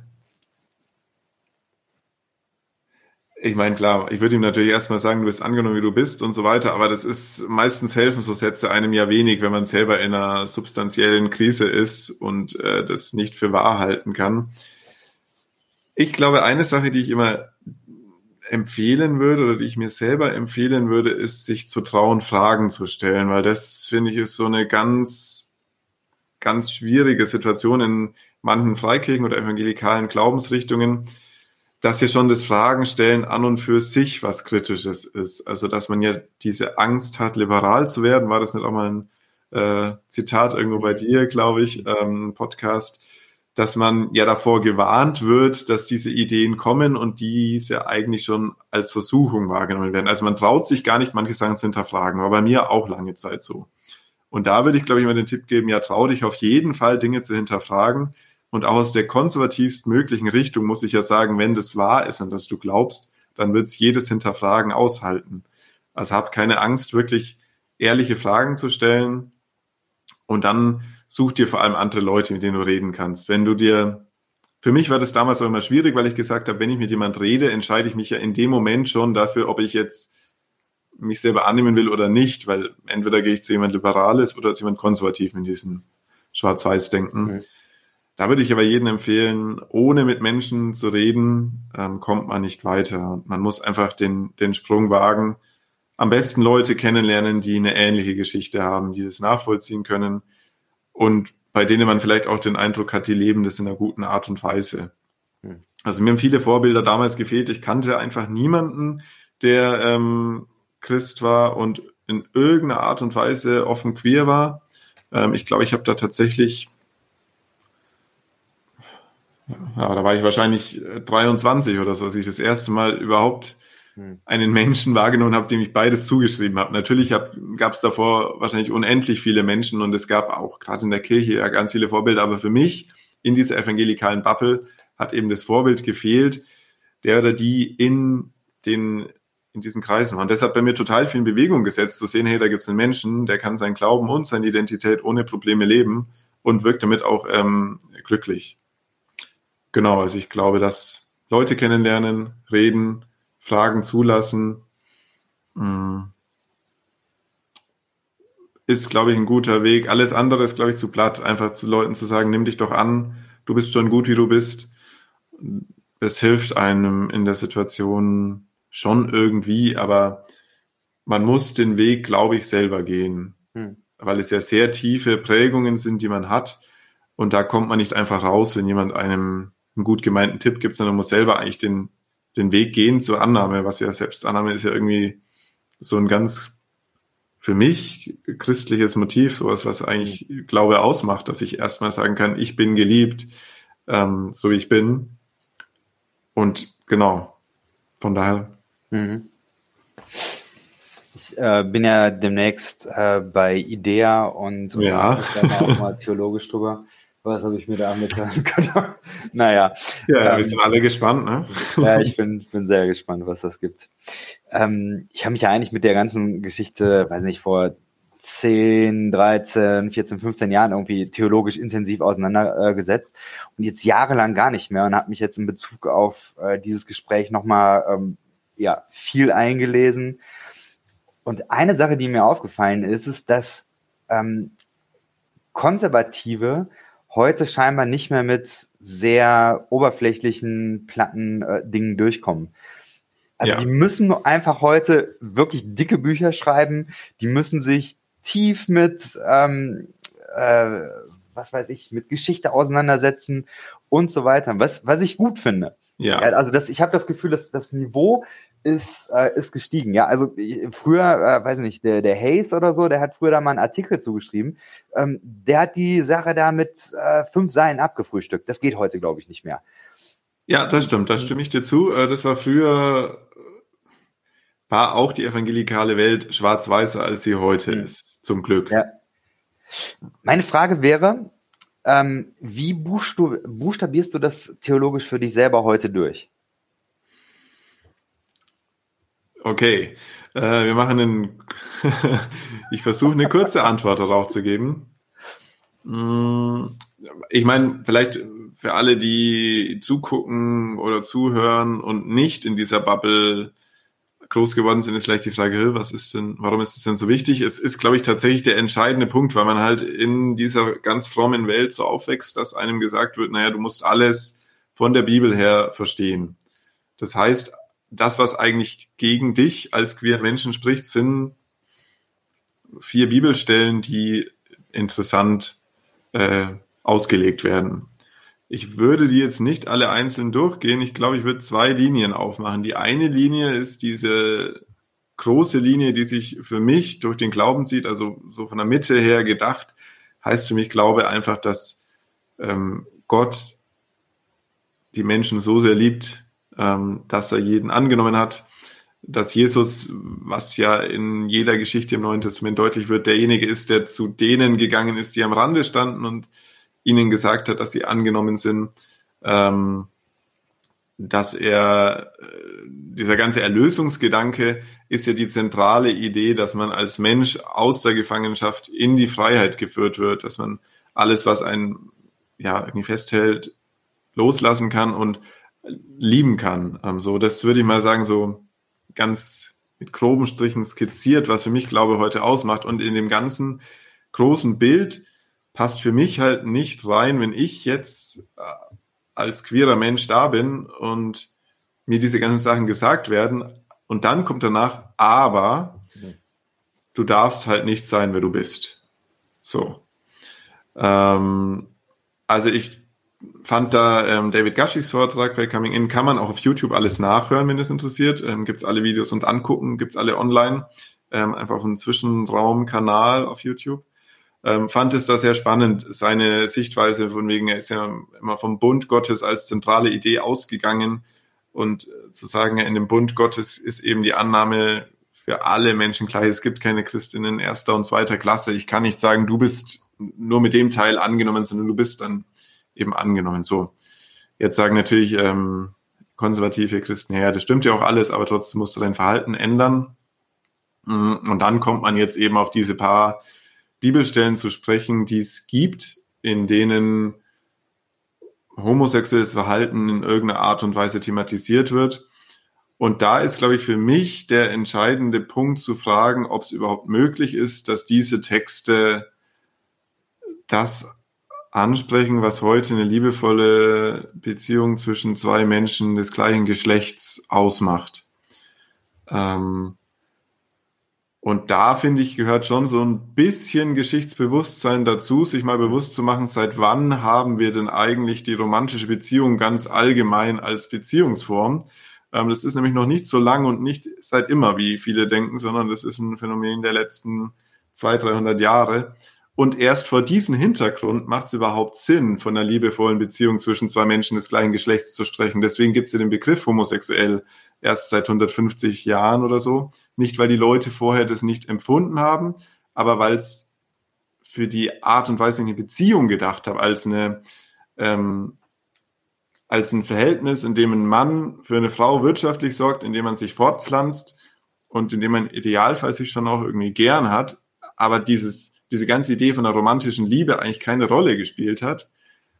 Ich meine, klar, ich würde ihm natürlich erstmal sagen, du bist angenommen, wie du bist und so weiter, aber das ist, meistens helfen so Sätze einem ja wenig, wenn man selber in einer substanziellen Krise ist und äh, das nicht für wahr halten kann. Ich glaube, eine Sache, die ich immer empfehlen würde oder die ich mir selber empfehlen würde, ist, sich zu trauen, Fragen zu stellen, weil das, finde ich, ist so eine ganz, ganz schwierige Situation in manchen Freikirchen oder evangelikalen Glaubensrichtungen, dass ja schon das Fragen stellen an und für sich was Kritisches ist. Also, dass man ja diese Angst hat, liberal zu werden. War das nicht auch mal ein äh, Zitat irgendwo bei dir, glaube ich, ähm, Podcast, dass man ja davor gewarnt wird, dass diese Ideen kommen und diese eigentlich schon als Versuchung wahrgenommen werden. Also man traut sich gar nicht, manche Sachen zu hinterfragen. War bei mir auch lange Zeit so. Und da würde ich, glaube ich, immer den Tipp geben, ja, trau dich auf jeden Fall, Dinge zu hinterfragen. Und auch aus der konservativst möglichen Richtung muss ich ja sagen, wenn das wahr ist, an das du glaubst, dann wird es jedes Hinterfragen aushalten. Also hab keine Angst, wirklich ehrliche Fragen zu stellen. Und dann such dir vor allem andere Leute, mit denen du reden kannst. Wenn du dir, für mich war das damals auch immer schwierig, weil ich gesagt habe, wenn ich mit jemand rede, entscheide ich mich ja in dem Moment schon dafür, ob ich jetzt mich selber annehmen will oder nicht, weil entweder gehe ich zu jemand Liberales oder zu jemand Konservativen in diesem Schwarz-Weiß-Denken. Mhm. Da würde ich aber jedem empfehlen, ohne mit Menschen zu reden, ähm, kommt man nicht weiter. Man muss einfach den, den Sprung wagen. Am besten Leute kennenlernen, die eine ähnliche Geschichte haben, die das nachvollziehen können und bei denen man vielleicht auch den Eindruck hat, die leben das in einer guten Art und Weise. Mhm. Also mir haben viele Vorbilder damals gefehlt. Ich kannte einfach niemanden, der ähm, Christ war und in irgendeiner Art und Weise offen queer war. Ähm, ich glaube, ich habe da tatsächlich, ja, da war ich wahrscheinlich dreiundzwanzig oder so, als ich das erste Mal überhaupt einen Menschen wahrgenommen habe, dem ich beides zugeschrieben habe. Natürlich gab es davor wahrscheinlich unendlich viele Menschen und es gab auch gerade in der Kirche ja ganz viele Vorbilder, aber für mich in dieser evangelikalen Bubble hat eben das Vorbild gefehlt, der oder die in den in diesen Kreisen war. Und das hat bei mir total viel in Bewegung gesetzt, zu sehen, hey, da gibt es einen Menschen, der kann seinen Glauben und seine Identität ohne Probleme leben und wirkt damit auch ähm, glücklich. Genau, also ich glaube, dass Leute kennenlernen, reden, Fragen zulassen, ist, glaube ich, ein guter Weg. Alles andere ist, glaube ich, zu platt. Einfach zu Leuten zu sagen, nimm dich doch an, du bist schon gut, wie du bist. Es hilft einem in der Situation schon irgendwie, aber man muss den Weg, glaube ich, selber gehen, hm. weil es ja sehr tiefe Prägungen sind, die man hat. Und da kommt man nicht einfach raus, wenn jemand einem einen gut gemeinten Tipp gibt, sondern muss selber eigentlich den den Weg gehen zur Annahme, was ja Selbstannahme ist ja irgendwie so ein ganz für mich christliches Motiv, sowas, was eigentlich Glaube ausmacht, dass ich erstmal sagen kann, ich bin geliebt, ähm, so wie ich bin. Und genau, von daher. Mhm. Ich äh, bin ja demnächst äh, bei IDEA und, und ja. da auch mal theologisch drüber. Was habe ich mir da angetan können? Naja. Ja, ähm, wir sind alle gespannt, ne? Ja, ich bin, bin sehr gespannt, was das gibt. Ähm, ich habe mich ja eigentlich mit der ganzen Geschichte, weiß nicht, vor zehn, dreizehn, vierzehn, fünfzehn Jahren irgendwie theologisch intensiv auseinandergesetzt äh, und jetzt jahrelang gar nicht mehr und habe mich jetzt in Bezug auf äh, dieses Gespräch nochmal ähm, ja, viel eingelesen. Und eine Sache, die mir aufgefallen ist, ist, dass ähm, Konservative heute scheinbar nicht mehr mit sehr oberflächlichen, platten äh, Dingen durchkommen. Also ja. Die müssen einfach heute wirklich dicke Bücher schreiben, die müssen sich tief mit, ähm, äh, was weiß ich, mit Geschichte auseinandersetzen und so weiter, was, was ich gut finde. Ja. Ja, also das, ich habe das Gefühl, dass das Niveau ist äh, ist gestiegen. Ja, also früher, äh, weiß ich nicht, der der Hayes oder so, der hat früher da mal einen Artikel zugeschrieben. Ähm, der hat die Sache da mit äh, fünf Seiten abgefrühstückt. Das geht heute, glaube ich, nicht mehr. Ja, das stimmt. Das stimme ich dir zu. Das war früher, war auch die evangelikale Welt schwarz-weißer, als sie heute mhm. ist. Zum Glück. Ja. Meine Frage wäre, ähm, wie buchstab- buchstabierst du das theologisch für dich selber heute durch? Okay, äh, wir machen einen, ich versuche eine kurze Antwort darauf zu geben. Ich meine, vielleicht für alle, die zugucken oder zuhören und nicht in dieser Bubble groß geworden sind, ist vielleicht die Frage, was ist denn, warum ist es denn so wichtig? Es ist, glaube ich, tatsächlich der entscheidende Punkt, weil man halt in dieser ganz frommen Welt so aufwächst, dass einem gesagt wird, naja, du musst alles von der Bibel her verstehen. Das heißt, das, was eigentlich gegen dich als queeren Menschen spricht, sind vier Bibelstellen, die interessant äh, ausgelegt werden. Ich würde die jetzt nicht alle einzeln durchgehen. Ich glaube, ich würde zwei Linien aufmachen. Die eine Linie ist diese große Linie, die sich für mich durch den Glauben zieht, also so von der Mitte her gedacht, heißt für mich Glaube einfach, dass ähm, Gott die Menschen so sehr liebt, ähm, dass er jeden angenommen hat, dass Jesus, was ja in jeder Geschichte im Neuen Testament deutlich wird, derjenige ist, der zu denen gegangen ist, die am Rande standen und ihnen gesagt hat, dass sie angenommen sind, ähm, dass er, dieser ganze Erlösungsgedanke ist ja die zentrale Idee, dass man als Mensch aus der Gefangenschaft in die Freiheit geführt wird, dass man alles, was einen ja irgendwie festhält, loslassen kann und lieben kann. Ähm, so, das würde ich mal sagen, so ganz mit groben Strichen skizziert, was für mich Glaube heute ausmacht. Und in dem ganzen großen Bild passt für mich halt nicht rein, wenn ich jetzt äh, als queerer Mensch da bin und mir diese ganzen Sachen gesagt werden und dann kommt danach, aber du darfst halt nicht sein, wer du bist. So. Ähm, also ich fand da ähm, David Gashis Vortrag bei Coming In, kann man auch auf YouTube alles nachhören, wenn es interessiert. Ähm, gibt's alle Videos und angucken, gibt's alle online. Ähm, einfach auf einem Zwischenraum-Kanal auf YouTube. Ähm, fand es da sehr spannend, seine Sichtweise, von wegen, er ist ja immer vom Bund Gottes als zentrale Idee ausgegangen und äh, zu sagen, ja, in dem Bund Gottes ist eben die Annahme für alle Menschen gleich. Es gibt keine Christinnen erster und zweiter Klasse. Ich kann nicht sagen, du bist nur mit dem Teil angenommen, sondern du bist dann eben angenommen. So, jetzt sagen natürlich ähm, konservative Christen, ja, das stimmt ja auch alles, aber trotzdem musst du dein Verhalten ändern. Und dann kommt man jetzt eben auf diese paar Bibelstellen zu sprechen, die es gibt, in denen homosexuelles Verhalten in irgendeiner Art und Weise thematisiert wird. Und da ist, glaube ich, für mich der entscheidende Punkt zu fragen, ob es überhaupt möglich ist, dass diese Texte das ansprechen, was heute eine liebevolle Beziehung zwischen zwei Menschen des gleichen Geschlechts ausmacht. Ähm, Und da, finde ich, gehört schon so ein bisschen Geschichtsbewusstsein dazu, sich mal bewusst zu machen, seit wann haben wir denn eigentlich die romantische Beziehung ganz allgemein als Beziehungsform. Ähm, das ist nämlich noch nicht so lang und nicht seit immer, wie viele denken, sondern das ist ein Phänomen der letzten zweihundert, dreihundert Jahre. Und erst vor diesem Hintergrund macht es überhaupt Sinn, von einer liebevollen Beziehung zwischen zwei Menschen des gleichen Geschlechts zu sprechen. Deswegen gibt es ja den Begriff homosexuell erst seit hundertfünfzig Jahren oder so. Nicht, weil die Leute vorher das nicht empfunden haben, aber weil es für die Art und Weise eine Beziehung gedacht habe, als eine ähm, als ein Verhältnis, in dem ein Mann für eine Frau wirtschaftlich sorgt, in dem man sich fortpflanzt und in dem man im Idealfall sich schon auch irgendwie gern hat, aber dieses diese ganze Idee von einer romantischen Liebe eigentlich keine Rolle gespielt hat.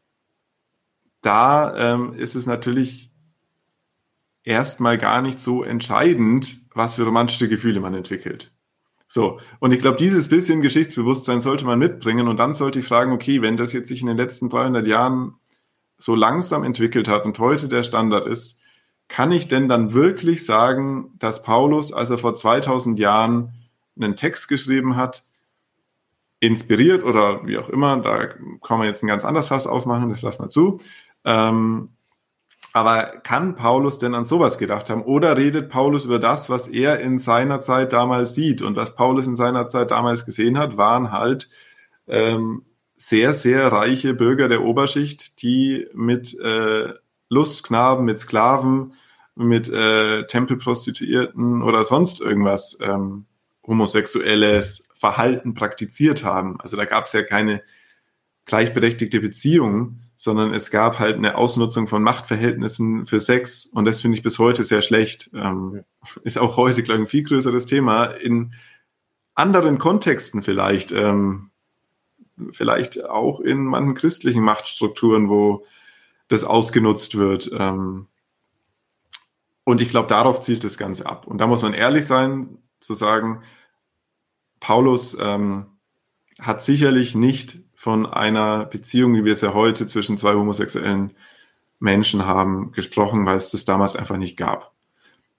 Da ähm, ist es natürlich erstmal gar nicht so entscheidend, was für romantische Gefühle man entwickelt. So, und ich glaube, dieses bisschen Geschichtsbewusstsein sollte man mitbringen und dann sollte ich fragen, okay, wenn das jetzt sich in den letzten dreihundert Jahren so langsam entwickelt hat und heute der Standard ist, kann ich denn dann wirklich sagen, dass Paulus, als er vor zweitausend Jahren einen Text geschrieben hat, inspiriert oder wie auch immer, da kann man jetzt ein ganz anderes Fass aufmachen, das lassen wir zu, ähm, aber kann Paulus denn an sowas gedacht haben? Oder redet Paulus über das, was er in seiner Zeit damals sieht? Und was Paulus in seiner Zeit damals gesehen hat, waren halt ähm, sehr, sehr reiche Bürger der Oberschicht, die mit äh, Lustknaben, mit Sklaven, mit äh, Tempelprostituierten oder sonst irgendwas ähm, homosexuelles Verhalten praktiziert haben. Also da gab es ja keine gleichberechtigte Beziehung, sondern es gab halt eine Ausnutzung von Machtverhältnissen für Sex und das finde ich bis heute sehr schlecht. Ähm, ist auch heute, glaube ich, ein viel größeres Thema. In anderen Kontexten vielleicht, ähm, vielleicht auch in manchen christlichen Machtstrukturen, wo das ausgenutzt wird. Ähm, und ich glaube, darauf zielt das Ganze ab. Und da muss man ehrlich sein, zu sagen, Paulus ähm, hat sicherlich nicht von einer Beziehung, wie wir es ja heute zwischen zwei homosexuellen Menschen haben, gesprochen, weil es das damals einfach nicht gab.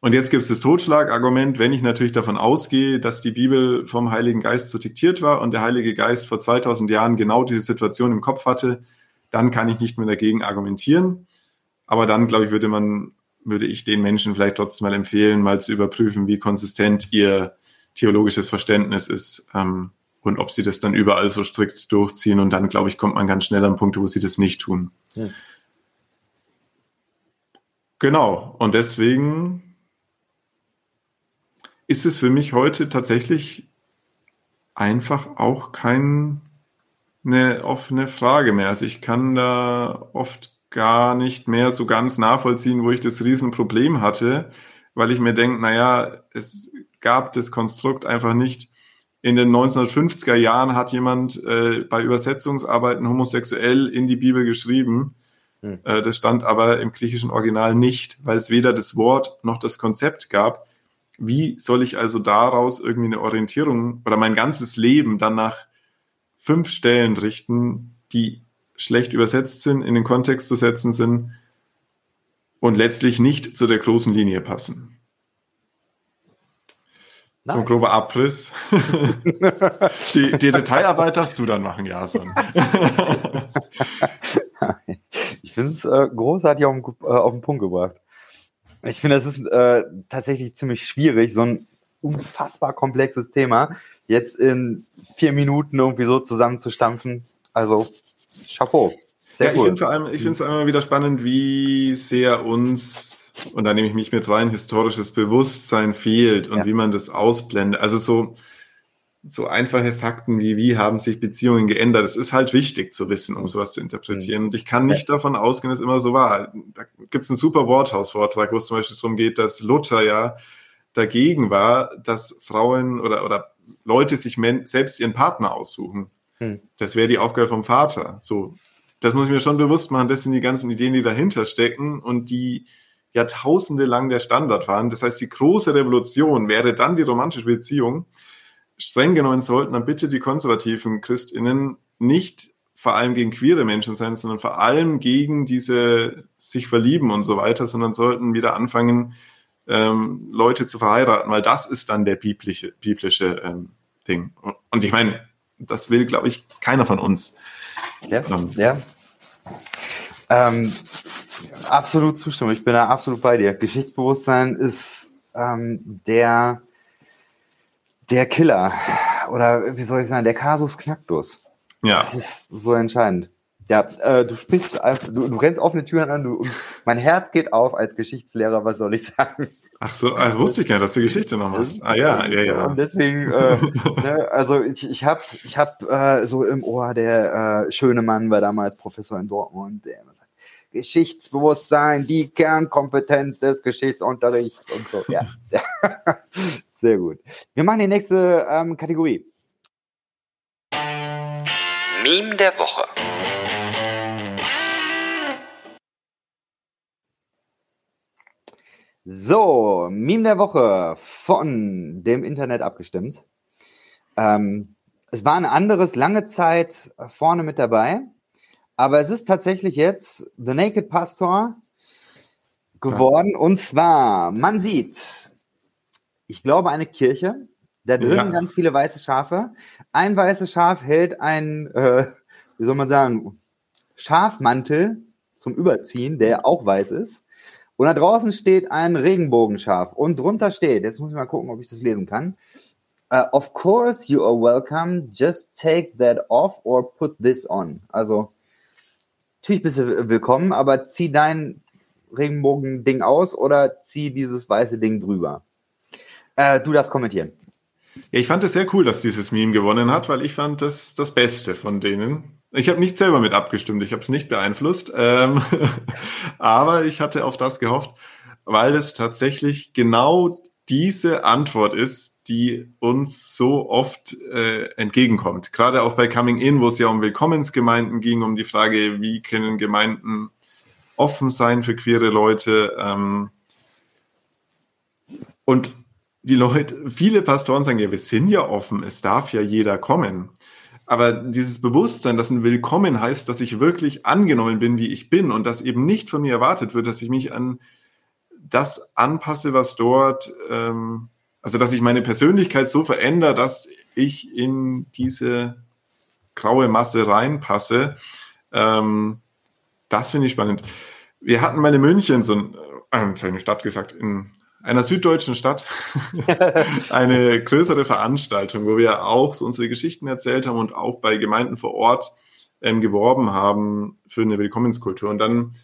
Und jetzt gibt es das Totschlagargument, wenn ich natürlich davon ausgehe, dass die Bibel vom Heiligen Geist so diktiert war und der Heilige Geist vor zweitausend Jahren genau diese Situation im Kopf hatte, dann kann ich nicht mehr dagegen argumentieren. Aber dann, glaube ich, würde man, würde ich den Menschen vielleicht trotzdem mal empfehlen, mal zu überprüfen, wie konsistent ihr theologisches Verständnis ist, ähm, und ob sie das dann überall so strikt durchziehen. Und dann, glaube ich, kommt man ganz schnell an Punkte, wo sie das nicht tun. Ja. Genau. Und deswegen ist es für mich heute tatsächlich einfach auch keine offene Frage mehr. Also ich kann da oft gar nicht mehr so ganz nachvollziehen, wo ich das Riesenproblem hatte, weil ich mir denke, naja, es gab das Konstrukt einfach nicht. In den neunzehnhundertfünfziger Jahren hat jemand äh, bei Übersetzungsarbeiten homosexuell in die Bibel geschrieben. Hm. Äh, das stand aber im griechischen Original nicht, weil es weder das Wort noch das Konzept gab. Wie soll ich also daraus irgendwie eine Orientierung oder mein ganzes Leben dann nach fünf Stellen richten, die schlecht übersetzt sind, in den Kontext zu setzen sind und letztlich nicht zu der großen Linie passen? Nice. So ein grober Abriss. die, die Detailarbeit darfst du dann machen, Jason. Ich finde es äh, großartig auf den, äh, auf den Punkt gebracht. Ich finde, es ist äh, tatsächlich ziemlich schwierig, so ein unfassbar komplexes Thema jetzt in vier Minuten irgendwie so zusammenzustampfen. Also, Chapeau. Sehr ja, cool. Ich finde vor allem, ich finde es vor allem immer wieder spannend, wie sehr uns, und da nehme ich mich mit rein, historisches Bewusstsein fehlt und ja. wie man das ausblendet. Also so, so einfache Fakten wie, wie haben sich Beziehungen geändert. Es ist halt wichtig zu wissen, um sowas zu interpretieren. Und ich kann nicht ja. davon ausgehen, dass es immer so war. Da gibt es einen super Worthausvortrag, wo es zum Beispiel darum geht, dass Luther ja dagegen war, dass Frauen oder, oder Leute sich men- selbst ihren Partner aussuchen. Hm. Das wäre die Aufgabe vom Vater. So, das muss ich mir schon bewusst machen. Das sind die ganzen Ideen, die dahinter stecken und die Jahrtausende lang der Standard waren. Das heißt, die große Revolution wäre dann die romantische Beziehung. Streng genommen sollten dann bitte die konservativen ChristInnen nicht vor allem gegen queere Menschen sein, sondern vor allem gegen diese sich verlieben und so weiter, sondern sollten wieder anfangen, ähm, Leute zu verheiraten, weil das ist dann der biblische, biblische ähm, Ding. Und, und ich meine, das will, glaube ich, keiner von uns. Ja, ähm, ja. Ähm, absolut zustimmen. Ich bin da absolut bei dir. Geschichtsbewusstsein ist ähm, der Der Killer, oder wie soll ich sagen, der Kasus Knacktus. Ja. Das ist so entscheidend. Ja, äh, du sprichst einfach, du, du rennst offene Türen an, du, und mein Herz geht auf als Geschichtslehrer, was soll ich sagen? Ach so, äh, wusste ich gar nicht, dass du Geschichte noch machst. Ah ja, ja, ja. Und deswegen, äh, ne, also ich, ich habe ich hab, äh, so im Ohr, der äh, schöne Mann war damals Professor in Dortmund, der immer sagt, Geschichtsbewusstsein, die Kernkompetenz des Geschichtsunterrichts und so. Ja, sehr gut. Wir machen die nächste ähm, Kategorie. Meme der Woche. So, Meme der Woche von dem Internet abgestimmt. Ähm, es war ein anderes lange Zeit vorne mit dabei, aber es ist tatsächlich jetzt The Naked Pastor geworden. Ja. Und zwar, man sieht, ich glaube, eine Kirche, da drin ja. ganz viele weiße Schafe. Ein weißes Schaf hält einen, äh, wie soll man sagen, Schafmantel zum Überziehen, der auch weiß ist. Und da draußen steht ein Regenbogenschaf. Und drunter steht, jetzt muss ich mal gucken, ob ich das lesen kann. Uh, of course you are welcome. Just take that off or put this on. Also, natürlich bist du willkommen, aber zieh dein Regenbogen-Ding aus oder zieh dieses weiße Ding drüber. Uh, du darfst kommentieren. Ja, ich fand es sehr cool, dass dieses Meme gewonnen hat, weil ich fand das das Beste von denen. Ich habe nicht selber mit abgestimmt, ich habe es nicht beeinflusst, ähm, aber ich hatte auf das gehofft, weil es tatsächlich genau diese Antwort ist, die uns so oft äh, entgegenkommt. Gerade auch bei Coming In, wo es ja um Willkommensgemeinden ging, um die Frage, wie können Gemeinden offen sein für queere Leute. Ähm, und die Leute, viele Pastoren sagen, ja, wir sind ja offen, es darf ja jeder kommen. Aber dieses Bewusstsein, dass ein Willkommen heißt, dass ich wirklich angenommen bin, wie ich bin und dass eben nicht von mir erwartet wird, dass ich mich an das anpasse, was dort, ähm, also dass ich meine Persönlichkeit so verändere, dass ich in diese graue Masse reinpasse. Ähm, das finde ich spannend. Wir hatten mal in München, so ein, äh, eine Stadt gesagt, in einer süddeutschen Stadt, eine größere Veranstaltung, wo wir auch so unsere Geschichten erzählt haben und auch bei Gemeinden vor Ort ähm, geworben haben für eine Willkommenskultur. Und dann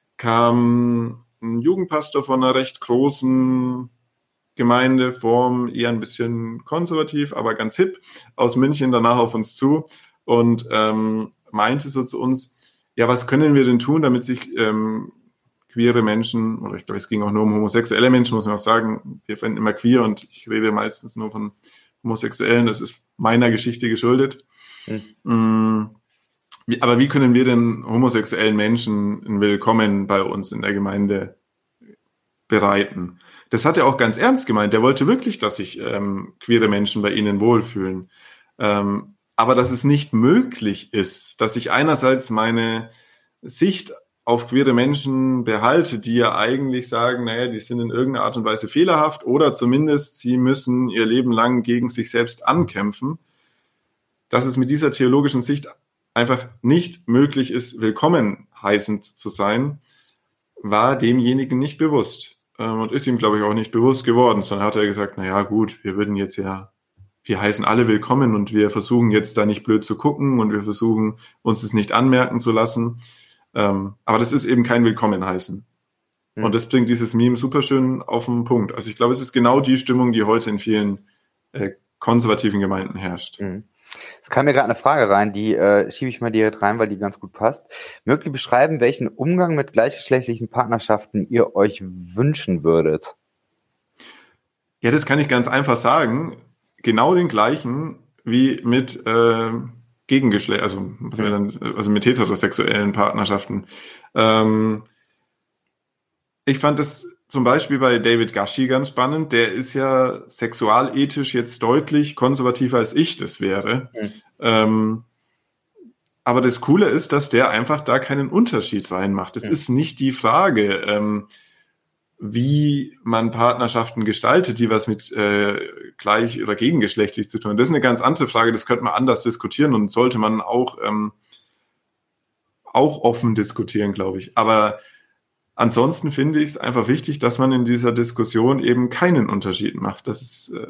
kam ein Jugendpastor von einer recht großen Gemeindeform, eher ein bisschen konservativ, aber ganz hip, aus München danach auf uns zu und ähm, meinte so zu uns, ja, was können wir denn tun, damit sich ähm, queere Menschen, oder ich glaube, es ging auch nur um homosexuelle Menschen, muss man auch sagen, wir finden immer queer und ich rede meistens nur von Homosexuellen, das ist meiner Geschichte geschuldet. Mhm. Wie, aber wie können wir denn homosexuellen Menschen ein Willkommen bei uns in der Gemeinde bereiten? Das hat er auch ganz ernst gemeint. Der wollte wirklich, dass sich ähm, queere Menschen bei ihnen wohlfühlen. Ähm, aber dass es nicht möglich ist, dass ich einerseits meine Sicht auf queere Menschen behalte, die ja eigentlich sagen, naja, die sind in irgendeiner Art und Weise fehlerhaft oder zumindest sie müssen ihr Leben lang gegen sich selbst ankämpfen, dass es mit dieser theologischen Sicht einfach nicht möglich ist, willkommen heißend zu sein, war demjenigen nicht bewusst. Und ist ihm, glaube ich, auch nicht bewusst geworden, sondern hat er gesagt, naja gut, wir würden jetzt ja, wir heißen alle willkommen und wir versuchen jetzt da nicht blöd zu gucken und wir versuchen uns das nicht anmerken zu lassen. Aber das ist eben kein Willkommen heißen. Mhm. Und das bringt dieses Meme super schön auf den Punkt. Also ich glaube, es ist genau die Stimmung, die heute in vielen äh, konservativen Gemeinden herrscht. Mhm. Es kam mir gerade eine Frage rein, die äh, schiebe ich mal direkt rein, weil die ganz gut passt. Mögt ihr beschreiben, welchen Umgang mit gleichgeschlechtlichen Partnerschaften ihr euch wünschen würdet? Ja, das kann ich ganz einfach sagen. Genau den gleichen wie mit äh, Gegengeschlecht, also, was wir dann, also mit heterosexuellen Partnerschaften. Ähm, ich fand das zum Beispiel bei David Gashi ganz spannend. Der ist ja sexualethisch jetzt deutlich konservativer als ich das wäre. Mhm. Ähm, aber das Coole ist, dass der einfach da keinen Unterschied reinmacht. Es mhm. ist nicht die Frage, ähm, wie man Partnerschaften gestaltet, die was mit äh, gleich- oder gegengeschlechtlich zu tun haben. Das ist eine ganz andere Frage, das könnte man anders diskutieren und sollte man auch, ähm, auch offen diskutieren, glaube ich. Aber ansonsten finde ich es einfach wichtig, dass man in dieser Diskussion eben keinen Unterschied macht, dass es äh,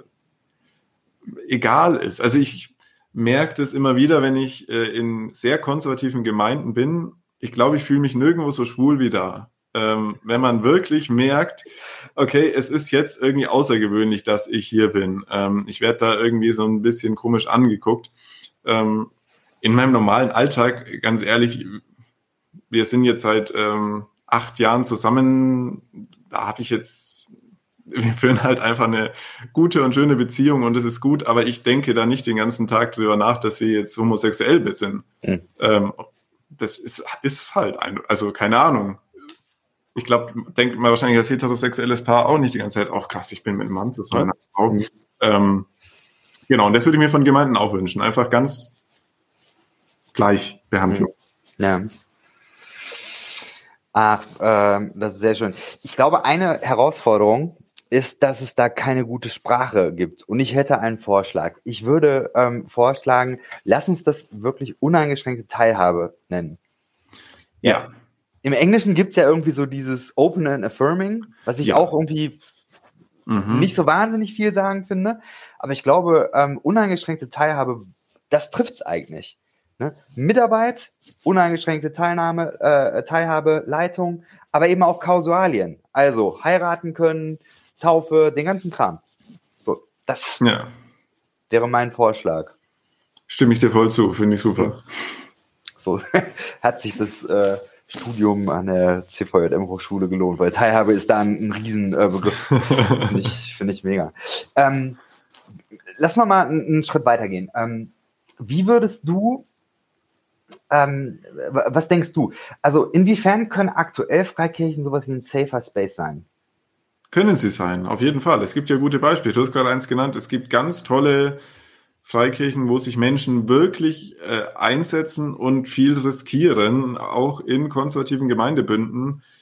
egal ist. Also ich merke das immer wieder, wenn ich äh, in sehr konservativen Gemeinden bin. Ich glaube, ich fühle mich nirgendwo so schwul wie da. Ähm, wenn man wirklich merkt, okay, es ist jetzt irgendwie außergewöhnlich, dass ich hier bin. Ähm, ich werde da irgendwie so ein bisschen komisch angeguckt. Ähm, in meinem normalen Alltag, ganz ehrlich, wir sind jetzt seit ähm, acht Jahren zusammen, da habe ich jetzt, wir führen halt einfach eine gute und schöne Beziehung und es ist gut, aber ich denke da nicht den ganzen Tag drüber nach, dass wir jetzt homosexuell sind. Mhm. Ähm, das ist, ist halt, ein, also keine Ahnung. Ich glaube, denkt man wahrscheinlich als heterosexuelles Paar auch nicht die ganze Zeit, auch krass, ich bin mit einem Mann zusammen. Ja. Mhm. Ähm, genau, und das würde ich mir von Gemeinden auch wünschen. Einfach ganz gleich Behandlung. Ja. Ach, ähm, das ist sehr schön. Ich glaube, eine Herausforderung ist, dass es da keine gute Sprache gibt. Und ich hätte einen Vorschlag. Ich würde ähm, vorschlagen, lass uns das wirklich uneingeschränkte Teilhabe nennen. Ja. ja. Im Englischen gibt's ja irgendwie so dieses Open and Affirming, was ich ja. auch irgendwie mhm. nicht so wahnsinnig viel sagen finde. Aber ich glaube, ähm, uneingeschränkte Teilhabe, das trifft's eigentlich. Ne? Mitarbeit, uneingeschränkte Teilnahme, äh, Teilhabe, Leitung, aber eben auch Kausalien. Also heiraten können, Taufe, den ganzen Kram. So, das ja. wäre mein Vorschlag. Stimme ich dir voll zu, finde ich super. So hat sich das äh, Studium an der C V J M-Hochschule gelohnt, weil Teilhabe ist da ein, ein Riesenbegriff. Äh, finde ich, finde ich mega. Ähm, lass mal mal einen, einen Schritt weitergehen. Ähm, wie würdest du Ähm, was denkst du? Also inwiefern können aktuell Freikirchen sowas wie ein safer Space sein? Können sie sein, auf jeden Fall. Es gibt ja gute Beispiele. Du hast gerade eins genannt. Es gibt ganz tolle Freikirchen, wo sich Menschen wirklich äh, einsetzen und viel riskieren, auch in konservativen Gemeindebünden.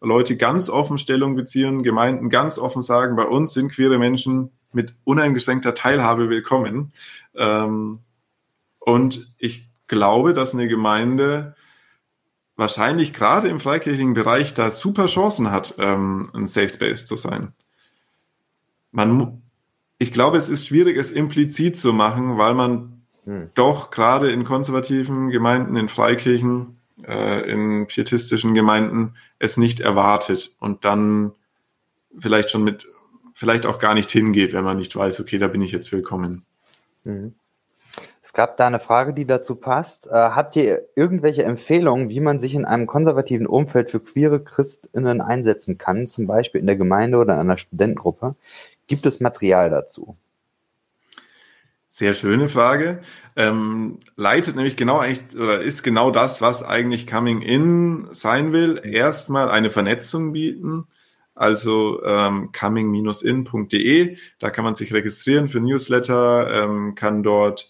Leute ganz offen Stellung beziehen, Gemeinden ganz offen sagen, bei uns sind queere Menschen mit uneingeschränkter Teilhabe willkommen. Ähm, und ich glaube, dass eine Gemeinde wahrscheinlich gerade im freikirchlichen Bereich da super Chancen hat, ähm, ein Safe Space zu sein. Man, ich glaube, es ist schwierig, es implizit zu machen, weil man hm. doch gerade in konservativen Gemeinden, in Freikirchen, äh, in pietistischen Gemeinden es nicht erwartet und dann vielleicht schon mit, vielleicht auch gar nicht hingeht, wenn man nicht weiß, okay, da bin ich jetzt willkommen. Mhm. Es gab da eine Frage, die dazu passt. Äh, habt ihr irgendwelche Empfehlungen, wie man sich in einem konservativen Umfeld für queere ChristInnen einsetzen kann, zum Beispiel in der Gemeinde oder in einer Studentengruppe? Gibt es Material dazu? Sehr schöne Frage. Ähm, leitet nämlich genau eigentlich, oder ist genau das, was eigentlich Coming In sein will. Erstmal eine Vernetzung bieten. Also ähm, coming Bindestrich in Punkt de, da kann man sich registrieren für Newsletter, ähm, kann dort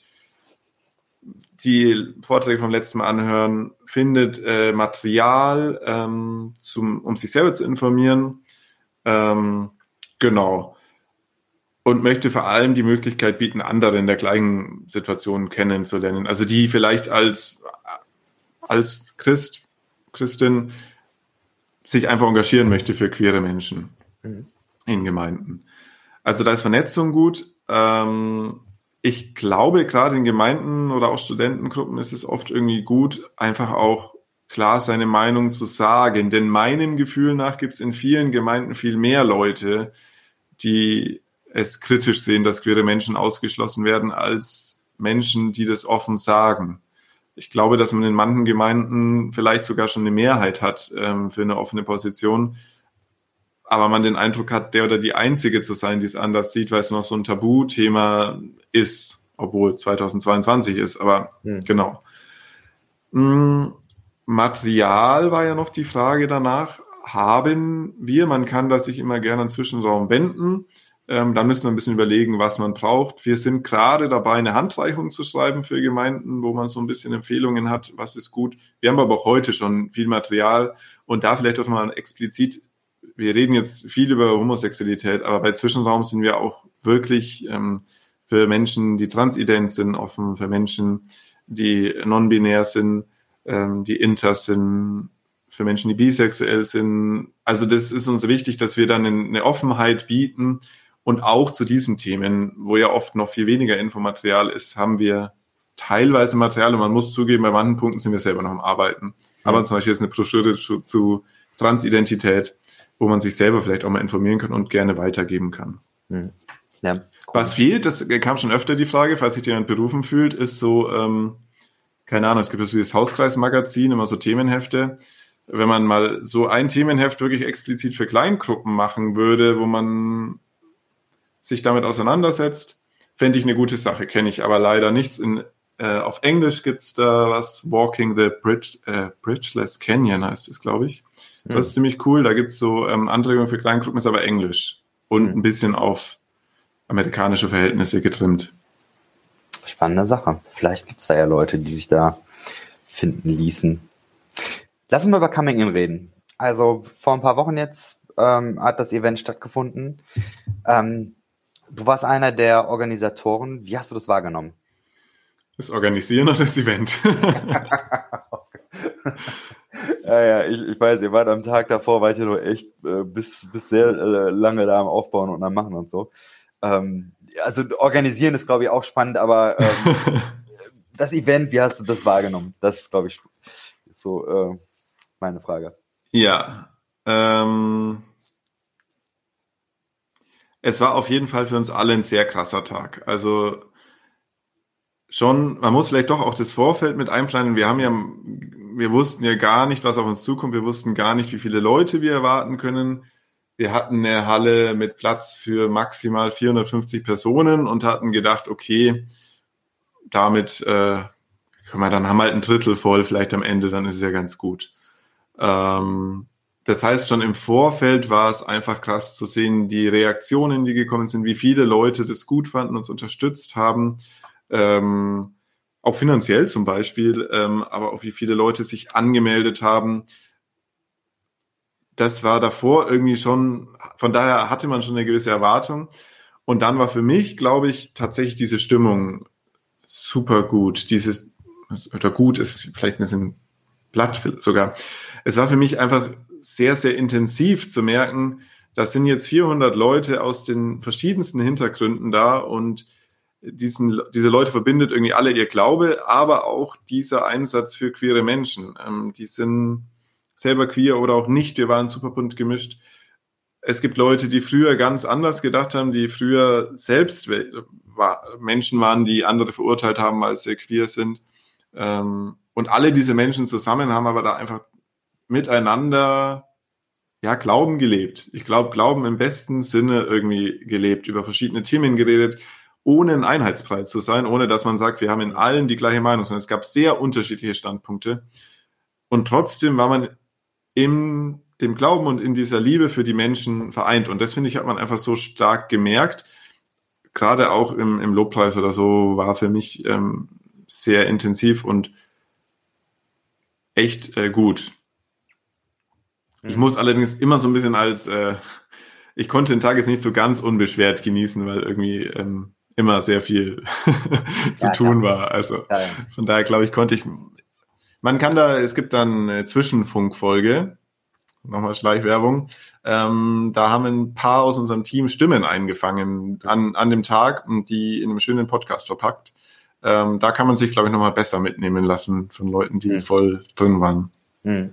die Vorträge vom letzten Mal anhören, findet äh, Material, ähm, zum, um sich selber zu informieren. Ähm, genau. Und möchte vor allem die Möglichkeit bieten, andere in der gleichen Situation kennenzulernen. Also die vielleicht als, als Christ, Christin sich einfach engagieren möchte für queere Menschen mhm. in Gemeinden. Also da ist Vernetzung gut. Ähm, ich glaube, gerade in Gemeinden oder auch Studentengruppen ist es oft irgendwie gut, einfach auch klar seine Meinung zu sagen. Denn meinem Gefühl nach gibt es in vielen Gemeinden viel mehr Leute, die es kritisch sehen, dass queere Menschen ausgeschlossen werden, als Menschen, die das offen sagen. Ich glaube, dass man in manchen Gemeinden vielleicht sogar schon eine Mehrheit hat ähm, für eine offene Position, aber man den Eindruck hat, der oder die Einzige zu sein, die es anders sieht, weil es noch so ein Tabuthema ist, obwohl zweitausendzweiundzwanzig ist, aber hm. genau. Hm, Material war ja noch die Frage danach. Haben wir, man kann da sich immer gerne einen Zwischenraum wenden, ähm, da müssen wir ein bisschen überlegen, was man braucht. Wir sind gerade dabei, eine Handreichung zu schreiben für Gemeinden, wo man so ein bisschen Empfehlungen hat, was ist gut. Wir haben aber auch heute schon viel Material und da vielleicht auch mal explizit, wir reden jetzt viel über Homosexualität, aber bei Zwischenraum sind wir auch wirklich ähm, für Menschen, die transident sind, offen, für Menschen, die non-binär sind, ähm, die inter sind, für Menschen, die bisexuell sind. Also das ist uns wichtig, dass wir dann eine Offenheit bieten. Und auch zu diesen Themen, wo ja oft noch viel weniger Infomaterial ist, haben wir teilweise Material und man muss zugeben, bei manchen Punkten sind wir selber noch am Arbeiten. Mhm. Aber zum Beispiel ist eine Broschüre zu, zu Transidentität, wo man sich selber vielleicht auch mal informieren kann und gerne weitergeben kann. Mhm. Ja, cool. Was fehlt, das kam schon öfter die Frage, falls sich jemand berufen fühlt, ist so, ähm, keine Ahnung, es gibt so dieses Hauskreismagazin, immer so Themenhefte. Wenn man mal so ein Themenheft wirklich explizit für Kleingruppen machen würde, wo man sich damit auseinandersetzt, fände ich eine gute Sache. Kenne ich aber leider nichts. In, äh, auf Englisch gibt's da was, Walking the Bridge, äh, Bridgeless Canyon heißt es, glaube ich. Das mhm. ist ziemlich cool. Da gibt's so ähm, Anregungen für Kleingruppen, ist aber Englisch und mhm. ein bisschen auf amerikanische Verhältnisse getrimmt. Spannende Sache. Vielleicht gibt's da ja Leute, die sich da finden ließen. Lassen wir über Coming In reden. Also vor ein paar Wochen jetzt ähm, hat das Event stattgefunden. Ähm, Du warst einer der Organisatoren. Wie hast du das wahrgenommen? Das Organisieren oder das Event? ja, ja, ich, ich weiß, ihr wart am Tag davor, wart ihr nur echt äh, bis, bis sehr äh, lange da am Aufbauen und am Machen und so. Ähm, also organisieren ist, glaube ich, auch spannend, aber ähm, das Event, wie hast du das wahrgenommen? Das ist, glaube ich, so äh, meine Frage. Ja, ähm... Es war auf jeden Fall für uns alle ein sehr krasser Tag. Also schon, man muss vielleicht doch auch das Vorfeld mit einplanen. Wir haben ja, wir wussten ja gar nicht, was auf uns zukommt. Wir wussten gar nicht, wie viele Leute wir erwarten können. Wir hatten eine Halle mit Platz für maximal vierhundertfünfzig Personen und hatten gedacht, okay, damit äh, können wir dann haben halt ein Drittel voll, vielleicht am Ende, dann ist es ja ganz gut. Ähm, Das heißt, schon im Vorfeld war es einfach krass zu sehen, die Reaktionen, die gekommen sind, wie viele Leute das gut fanden, uns unterstützt haben, ähm, auch finanziell zum Beispiel, ähm, aber auch wie viele Leute sich angemeldet haben. das war davor irgendwie schon, von daher hatte man schon eine gewisse Erwartung. Und dann war für mich, glaube ich, tatsächlich diese Stimmung super gut. Dieses, oder gut ist vielleicht ein bisschen platt sogar. Es war für mich einfach sehr, sehr intensiv zu merken, das sind jetzt vierhundert Leute aus den verschiedensten Hintergründen da und diesen, diese Leute verbindet irgendwie alle ihr Glaube, aber auch dieser Einsatz für queere Menschen. Ähm, die sind selber queer oder auch nicht. Wir waren super bunt gemischt. Es gibt Leute, die früher ganz anders gedacht haben, die früher selbst war, Menschen waren, die andere verurteilt haben, weil sie queer sind. Ähm, und alle diese Menschen zusammen haben aber da einfach miteinander ja, Glauben gelebt. Ich glaube, Glauben im besten Sinne irgendwie gelebt, über verschiedene Themen geredet, ohne ein Einheitsbrei zu sein, ohne dass man sagt, wir haben in allen die gleiche Meinung, sondern es gab sehr unterschiedliche Standpunkte. Und trotzdem war man in dem Glauben und in dieser Liebe für die Menschen vereint. Und das, finde ich, hat man einfach so stark gemerkt. Gerade auch im, im Lobpreis oder so war für mich ähm, sehr intensiv und echt äh, gut. Ich muss allerdings immer so ein bisschen als, äh, ich konnte den Tag jetzt nicht so ganz unbeschwert genießen, weil irgendwie ähm, immer sehr viel zu ja, tun klar. war. Also ja, ja. Von daher glaube ich, konnte ich, man kann da, es gibt dann eine Zwischenfunkfolge, nochmal Schleichwerbung, ähm, da haben ein paar aus unserem Team Stimmen eingefangen an, an dem Tag und die in einem schönen Podcast verpackt. Ähm, da kann man sich, glaube ich, nochmal besser mitnehmen lassen von Leuten, die mhm. voll drin waren. Mhm.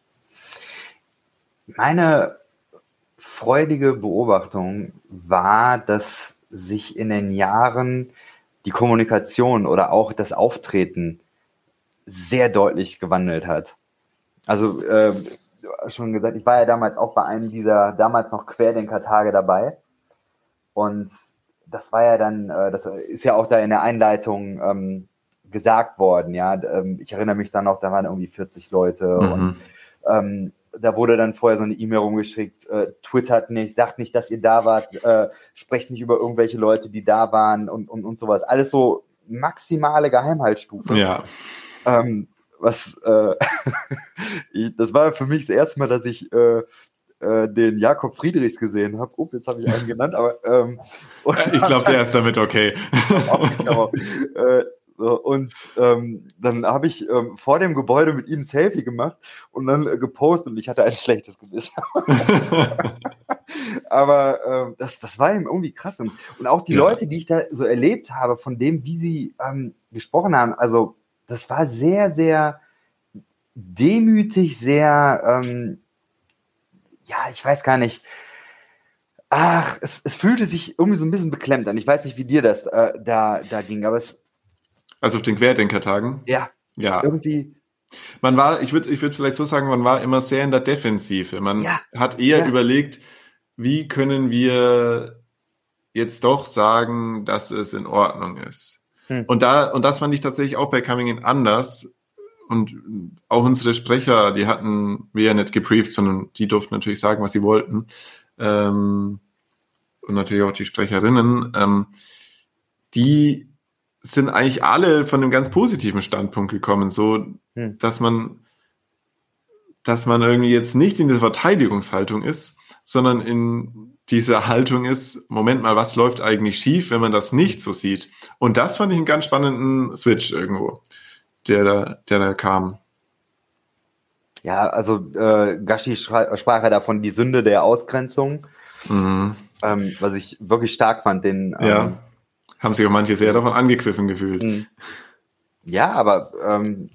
Meine freudige Beobachtung war, dass sich in den Jahren die Kommunikation oder auch das Auftreten sehr deutlich gewandelt hat. Also äh, schon gesagt, ich war ja damals auch bei einem dieser damals noch Querdenker-Tage dabei und das war ja dann, äh, das ist ja auch da in der Einleitung ähm, gesagt worden, ja. Ähm, ich erinnere mich dann noch, da waren irgendwie vierzig Leute mhm. und ähm, da wurde dann vorher so eine E-Mail rumgeschickt, äh, twittert nicht, sagt nicht, dass ihr da wart, äh, sprecht nicht über irgendwelche Leute, die da waren und, und, und sowas. Alles so maximale Geheimhaltsstufe. Ja. Ähm, was, äh, ich, das war für mich das erste Mal, dass ich äh, äh, den Jakob Friedrichs gesehen habe. Oh, jetzt habe ich einen genannt, aber ähm, ich glaube, der ist damit okay. Auch, äh, So, und ähm, dann habe ich ähm, vor dem Gebäude mit ihm ein Selfie gemacht und dann äh, gepostet und ich hatte ein schlechtes Gewissen. Aber ähm, das, das war ihm irgendwie krass. Und, und auch die ja. Leute, die ich da so erlebt habe, von dem, wie sie ähm, gesprochen haben, also das war sehr, sehr demütig, sehr, ähm, ja, ich weiß gar nicht, ach, es, es fühlte sich irgendwie so ein bisschen beklemmt an. Ich weiß nicht, wie dir das äh, da, da ging, aber es Also auf den Querdenker-Tagen? Ja, ja. Irgendwie. Man war, ich würde ich würd vielleicht so sagen, man war immer sehr in der Defensive. Man ja. hat eher ja. überlegt, wie können wir jetzt doch sagen, dass es in Ordnung ist. Hm. Und da, und das fand ich tatsächlich auch bei Coming In anders. Und auch unsere Sprecher, die hatten wir ja nicht gebrieft, sondern die durften natürlich sagen, was sie wollten. Ähm, und natürlich auch die Sprecherinnen. Ähm, die sind eigentlich alle von einem ganz positiven Standpunkt gekommen, so, hm. dass man, dass man irgendwie jetzt nicht in dieser Verteidigungshaltung ist, sondern in dieser Haltung ist, Moment mal, was läuft eigentlich schief, wenn man das nicht so sieht? Und das fand ich einen ganz spannenden Switch irgendwo, der da, der da kam. Ja, also äh, Gashi sprach ja davon, die Sünde der Ausgrenzung, mhm. ähm, was ich wirklich stark fand, den ähm, ja. Haben sich auch manche sehr davon angegriffen gefühlt. Ja, aber ähm,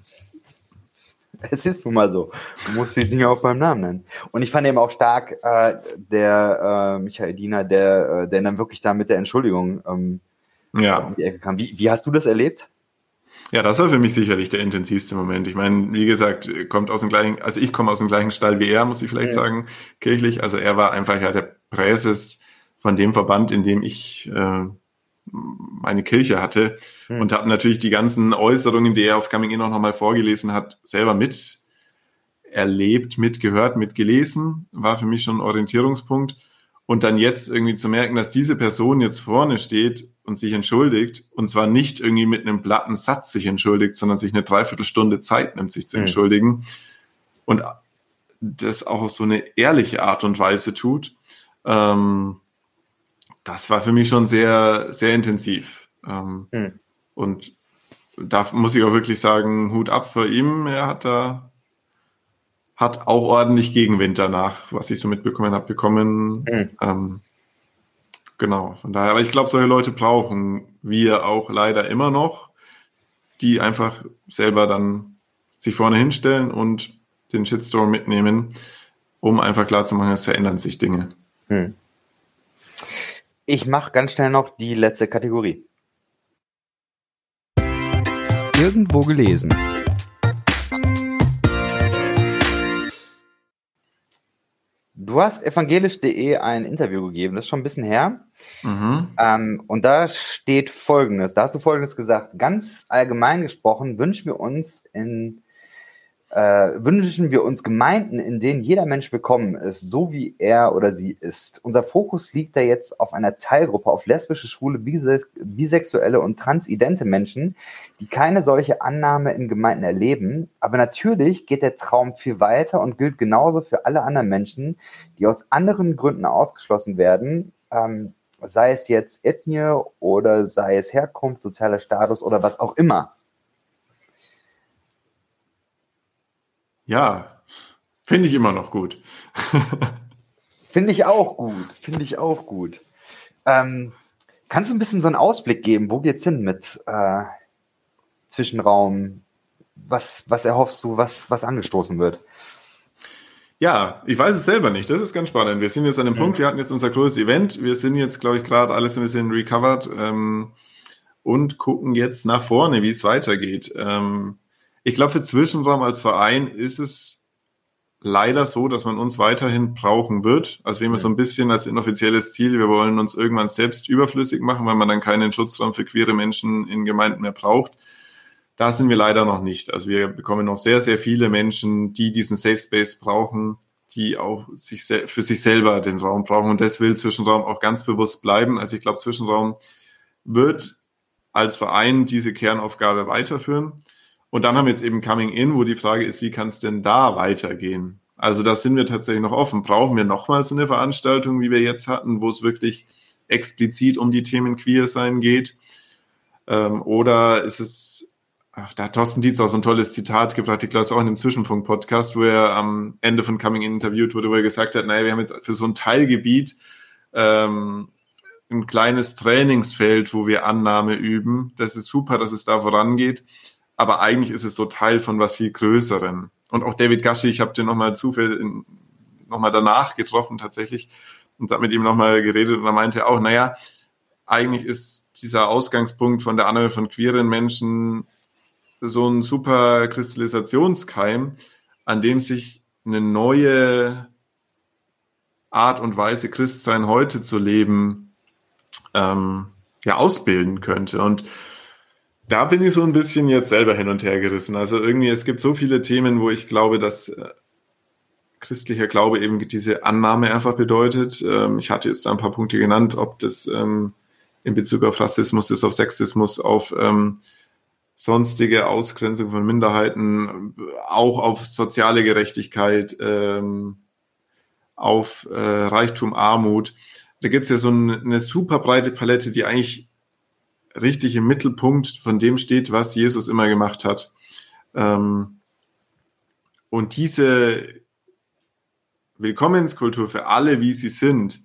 es ist nun mal so. Du musst die Dinge auch beim Namen nennen. Und ich fand eben auch stark äh, der äh, Michael Diener, der, äh, der dann wirklich da mit der Entschuldigung ähm, ja. um die Ecke kam. Wie, wie hast du das erlebt? Ja, das war für mich sicherlich der intensivste Moment. Ich meine, wie gesagt, kommt aus dem gleichen, also ich komme aus dem gleichen Stall wie er, muss ich vielleicht mhm. sagen, kirchlich. Also er war einfach ja der Präses von dem Verband, in dem ich äh, meine Kirche hatte hm. und habe natürlich die ganzen Äußerungen, die er auf Coming In auch nochmal vorgelesen hat, selber mit erlebt, mitgehört, mitgelesen, war für mich schon ein Orientierungspunkt. Und dann jetzt irgendwie zu merken, dass diese Person jetzt vorne steht und sich entschuldigt, und zwar nicht irgendwie mit einem platten Satz sich entschuldigt, sondern sich eine Dreiviertelstunde Zeit nimmt, sich zu hm. entschuldigen. Und das auch auf so eine ehrliche Art und Weise tut. Ähm, das war für mich schon sehr, sehr intensiv. Ähm, hm. Und da muss ich auch wirklich sagen, Hut ab für ihn. Er hat da hat auch ordentlich Gegenwind danach, was ich so mitbekommen habe, bekommen. Hm. Ähm, genau, von daher. Aber ich glaube, solche Leute brauchen wir auch leider immer noch, die einfach selber dann sich vorne hinstellen und den Shitstorm mitnehmen, um einfach klarzumachen, es verändern sich Dinge. Hm. Ich mache ganz schnell noch die letzte Kategorie. Irgendwo gelesen. Du hast evangelisch punkt de ein Interview gegeben, das ist schon ein bisschen her. Mhm. Ähm, und da steht Folgendes, da hast du Folgendes gesagt: Ganz allgemein gesprochen wünschen wir uns in äh, wünschen wir uns Gemeinden, in denen jeder Mensch willkommen ist, so wie er oder sie ist. Unser Fokus liegt da jetzt auf einer Teilgruppe, auf lesbische, schwule, bise- bisexuelle und transidente Menschen, die keine solche Annahme in Gemeinden erleben. Aber natürlich geht der Traum viel weiter und gilt genauso für alle anderen Menschen, die aus anderen Gründen ausgeschlossen werden, ähm, sei es jetzt Ethnie oder sei es Herkunft, sozialer Status oder was auch immer. Ja, finde ich immer noch gut. Finde ich auch gut, finde ich auch gut. Ähm, kannst du ein bisschen so einen Ausblick geben, wo geht's hin mit äh, Zwischenraum? Was, was erhoffst du, was, was angestoßen wird? Ja, ich weiß es selber nicht. Das ist ganz spannend. Wir sind jetzt an dem mhm. Punkt, wir hatten jetzt unser großes Event. Wir sind jetzt, glaube ich, gerade alles ein bisschen recovered ähm, und gucken jetzt nach vorne, wie es weitergeht. Ähm, ich glaube, für Zwischenraum als Verein ist es leider so, dass man uns weiterhin brauchen wird. Also wir haben so ein bisschen als inoffizielles Ziel, wir wollen uns irgendwann selbst überflüssig machen, weil man dann keinen Schutzraum für queere Menschen in Gemeinden mehr braucht. Da sind wir leider noch nicht. Also wir bekommen noch sehr, sehr viele Menschen, die diesen Safe Space brauchen, die auch sich für sich selber den Raum brauchen. Und das will Zwischenraum auch ganz bewusst bleiben. Also ich glaube, Zwischenraum wird als Verein diese Kernaufgabe weiterführen. Und dann haben wir jetzt eben Coming In, wo die Frage ist, wie kann es denn da weitergehen? Also da sind wir tatsächlich noch offen. Brauchen wir nochmal so eine Veranstaltung, wie wir jetzt hatten, wo es wirklich explizit um die Themen Queer-Sein geht? Ähm, oder ist es, ach, da hat Thorsten Dietz auch so ein tolles Zitat gebracht, ich glaube, es auch in dem Zwischenfunk-Podcast, wo er am Ende von Coming In interviewt wurde, wo er gesagt hat, naja, wir haben jetzt für so ein Teilgebiet ähm, ein kleines Trainingsfeld, wo wir Annahme üben. Das ist super, dass es da vorangeht. Aber eigentlich ist es so Teil von was viel Größerem. Und auch David Gaschi, ich habe den nochmal zufällig nochmal danach getroffen tatsächlich und habe mit ihm nochmal geredet und er meinte auch, naja, eigentlich ist dieser Ausgangspunkt von der Annahme von queeren Menschen so ein super Kristallisationskeim, an dem sich eine neue Art und Weise, Christsein heute zu leben, ähm, ja, ausbilden könnte. Und da bin ich so ein bisschen jetzt selber hin und her gerissen. Also irgendwie, es gibt so viele Themen, wo ich glaube, dass äh, christlicher Glaube eben diese Annahme einfach bedeutet. Ähm, ich hatte jetzt da ein paar Punkte genannt, ob das ähm, in Bezug auf Rassismus ist, auf Sexismus, auf ähm, sonstige Ausgrenzung von Minderheiten, auch auf soziale Gerechtigkeit, ähm, auf äh, Reichtum, Armut. Da gibt es ja so ein, eine super breite Palette, die eigentlich richtig im Mittelpunkt von dem steht, was Jesus immer gemacht hat. Ähm, und diese Willkommenskultur für alle, wie sie sind,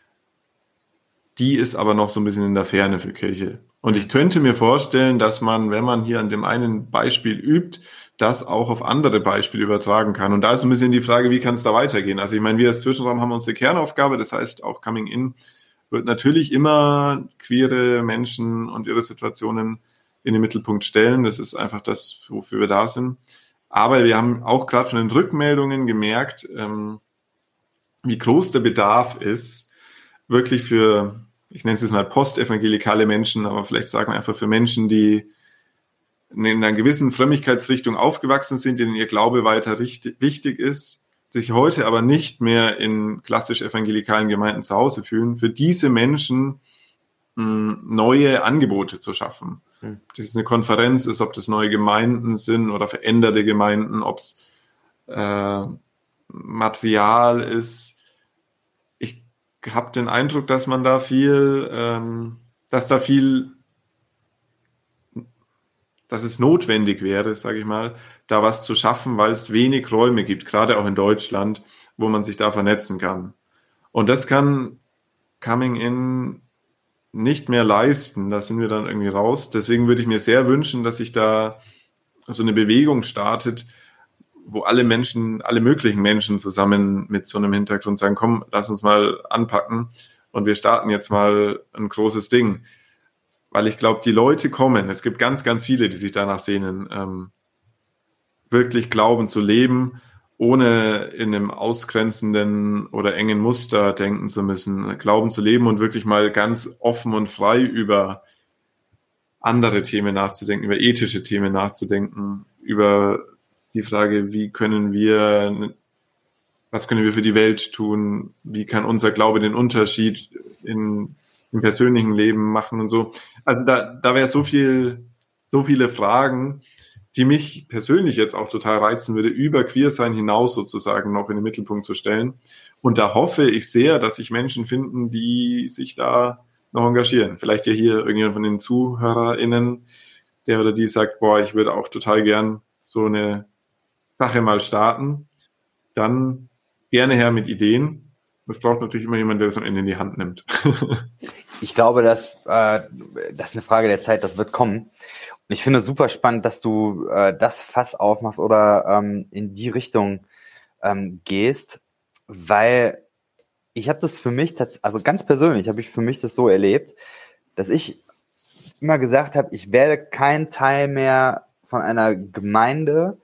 die ist aber noch so ein bisschen in der Ferne für Kirche. Und ich könnte mir vorstellen, dass man, wenn man hier an dem einen Beispiel übt, das auch auf andere Beispiele übertragen kann. Und da ist so ein bisschen die Frage, wie kann es da weitergehen? Also ich meine, wir als Zwischenraum haben unsere Kernaufgabe, das heißt auch Coming In wird natürlich immer queere Menschen und ihre Situationen in den Mittelpunkt stellen. Das ist einfach das, wofür wir da sind. Aber wir haben auch gerade von den Rückmeldungen gemerkt, ähm, wie groß der Bedarf ist, wirklich für, ich nenne es jetzt mal postevangelikale Menschen, aber vielleicht sagen wir einfach für Menschen, die in einer gewissen Frömmigkeitsrichtung aufgewachsen sind, denen ihr Glaube weiter richtig, wichtig ist, sich heute aber nicht mehr in klassisch evangelikalen Gemeinden zu Hause fühlen, für diese Menschen mh, neue Angebote zu schaffen. Mhm. Ob das eine Konferenz ist, ob das neue Gemeinden sind oder veränderte Gemeinden, ob es äh, Material ist. Ich habe den Eindruck, dass man da viel, ähm, dass da viel, dass es notwendig wäre, sage ich mal, da was zu schaffen, weil es wenig Räume gibt, gerade auch in Deutschland, wo man sich da vernetzen kann. Und das kann Coming In nicht mehr leisten. Da sind wir dann irgendwie raus. Deswegen würde ich mir sehr wünschen, dass sich da so eine Bewegung startet, wo alle Menschen, alle möglichen Menschen zusammen mit so einem Hintergrund sagen, komm, lass uns mal anpacken und wir starten jetzt mal ein großes Ding. Weil ich glaube, die Leute kommen, es gibt ganz, ganz viele, die sich danach sehnen, ähm, wirklich glauben zu leben, ohne in einem ausgrenzenden oder engen Muster denken zu müssen, glauben zu leben und wirklich mal ganz offen und frei über andere Themen nachzudenken, über ethische Themen nachzudenken, über die Frage, wie können wir, was können wir für die Welt tun, wie kann unser Glaube den Unterschied in, im persönlichen Leben machen und so. Also da, da wäre so viel, so viele Fragen, die mich persönlich jetzt auch total reizen würde, über Queersein hinaus sozusagen noch in den Mittelpunkt zu stellen. Und da hoffe ich sehr, dass sich Menschen finden, die sich da noch engagieren. Vielleicht ja hier irgendjemand von den ZuhörerInnen, der oder die sagt, boah, ich würde auch total gern so eine Sache mal starten. Dann gerne her mit Ideen. Das braucht natürlich immer jemand, der das am Ende in die Hand nimmt. Ich glaube, dass äh, das ist eine Frage der Zeit, das wird kommen. Und ich finde es super spannend, dass du äh, das Fass aufmachst oder ähm, in die Richtung ähm, gehst, weil ich habe das für mich, also ganz persönlich habe ich für mich das so erlebt, dass ich immer gesagt habe, ich werde kein Teil mehr von einer Gemeinde,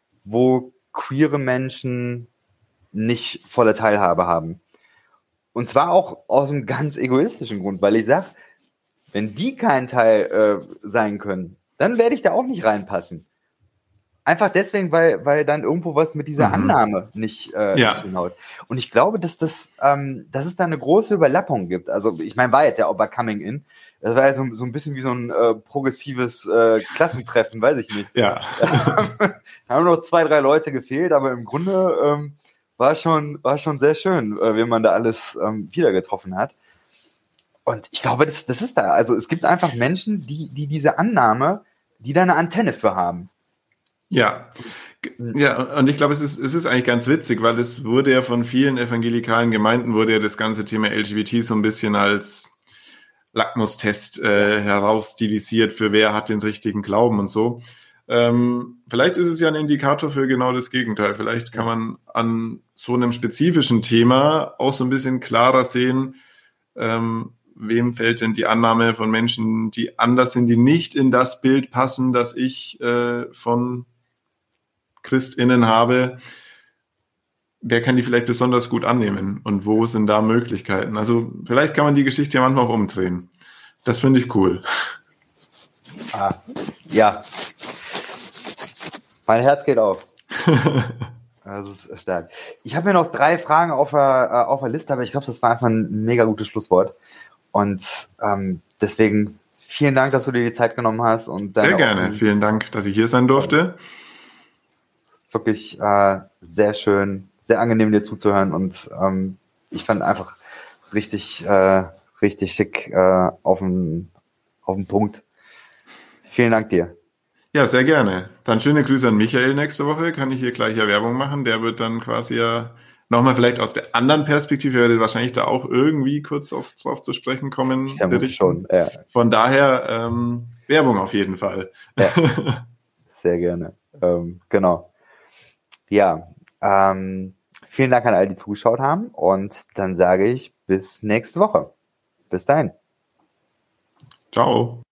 wo queere Menschen nicht volle Teilhabe haben. Und zwar auch aus einem ganz egoistischen Grund, weil ich sage, wenn die kein Teil äh, sein können, dann werde ich da auch nicht reinpassen. Einfach deswegen, weil, weil dann irgendwo was mit dieser mhm. Annahme nicht, äh, ja. nicht hinhaut. Und ich glaube, dass das, ähm, dass es da eine große Überlappung gibt. Also ich meine, war jetzt ja auch bei Coming In. Das war ja so, so ein bisschen wie so ein äh, progressives äh, Klassentreffen, weiß ich nicht. Ja. Da haben noch zwei, drei Leute gefehlt, aber im Grunde ähm, war schon, war schon sehr schön, äh, wie man da alles ähm, wieder getroffen hat. Und ich glaube, das, das ist da. Also es gibt einfach Menschen, die, die diese Annahme, die da eine Antenne für haben. Ja, ja, und ich glaube, es ist, es ist eigentlich ganz witzig, weil es wurde ja von vielen evangelikalen Gemeinden, wurde ja das ganze Thema L G B T so ein bisschen als Lackmustest äh, herausstilisiert für wer hat den richtigen Glauben und so. Ähm, vielleicht ist es ja ein Indikator für genau das Gegenteil. Vielleicht kann man an so einem spezifischen Thema auch so ein bisschen klarer sehen, ähm, wem fällt denn die Annahme von Menschen, die anders sind, die nicht in das Bild passen, das ich äh, von ChristInnen habe, wer kann die vielleicht besonders gut annehmen und wo sind da Möglichkeiten? Also vielleicht kann man die Geschichte ja manchmal auch umdrehen. Das finde ich cool. Ah, ja. Mein Herz geht auf. Das ist stark. Ich habe mir noch drei Fragen auf der, äh, auf der Liste, aber ich glaube, das war einfach ein mega gutes Schlusswort. Und ähm, deswegen vielen Dank, dass du dir die Zeit genommen hast. Und sehr gerne. Vielen Dank, dass ich hier sein durfte. Wirklich äh, sehr schön, sehr angenehm dir zuzuhören und ähm, ich fand einfach richtig, äh, richtig schick äh, auf den auf den Punkt. Vielen Dank dir. Ja, sehr gerne. Dann schöne Grüße an Michael nächste Woche. Kann ich hier gleich ja Werbung machen. Der wird dann quasi ja nochmal vielleicht aus der anderen Perspektive, werdet wahrscheinlich da auch irgendwie kurz auf, drauf zu sprechen kommen. Ich vermute schon, ja. Von daher ähm, Werbung auf jeden Fall. Ja, sehr gerne. Ähm, genau. Ja, ähm, vielen Dank an alle, die zugeschaut haben und dann sage ich bis nächste Woche. Bis dahin. Ciao.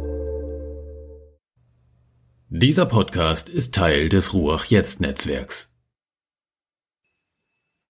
Dieser Podcast ist Teil des Ruach Jetzt Netzwerks.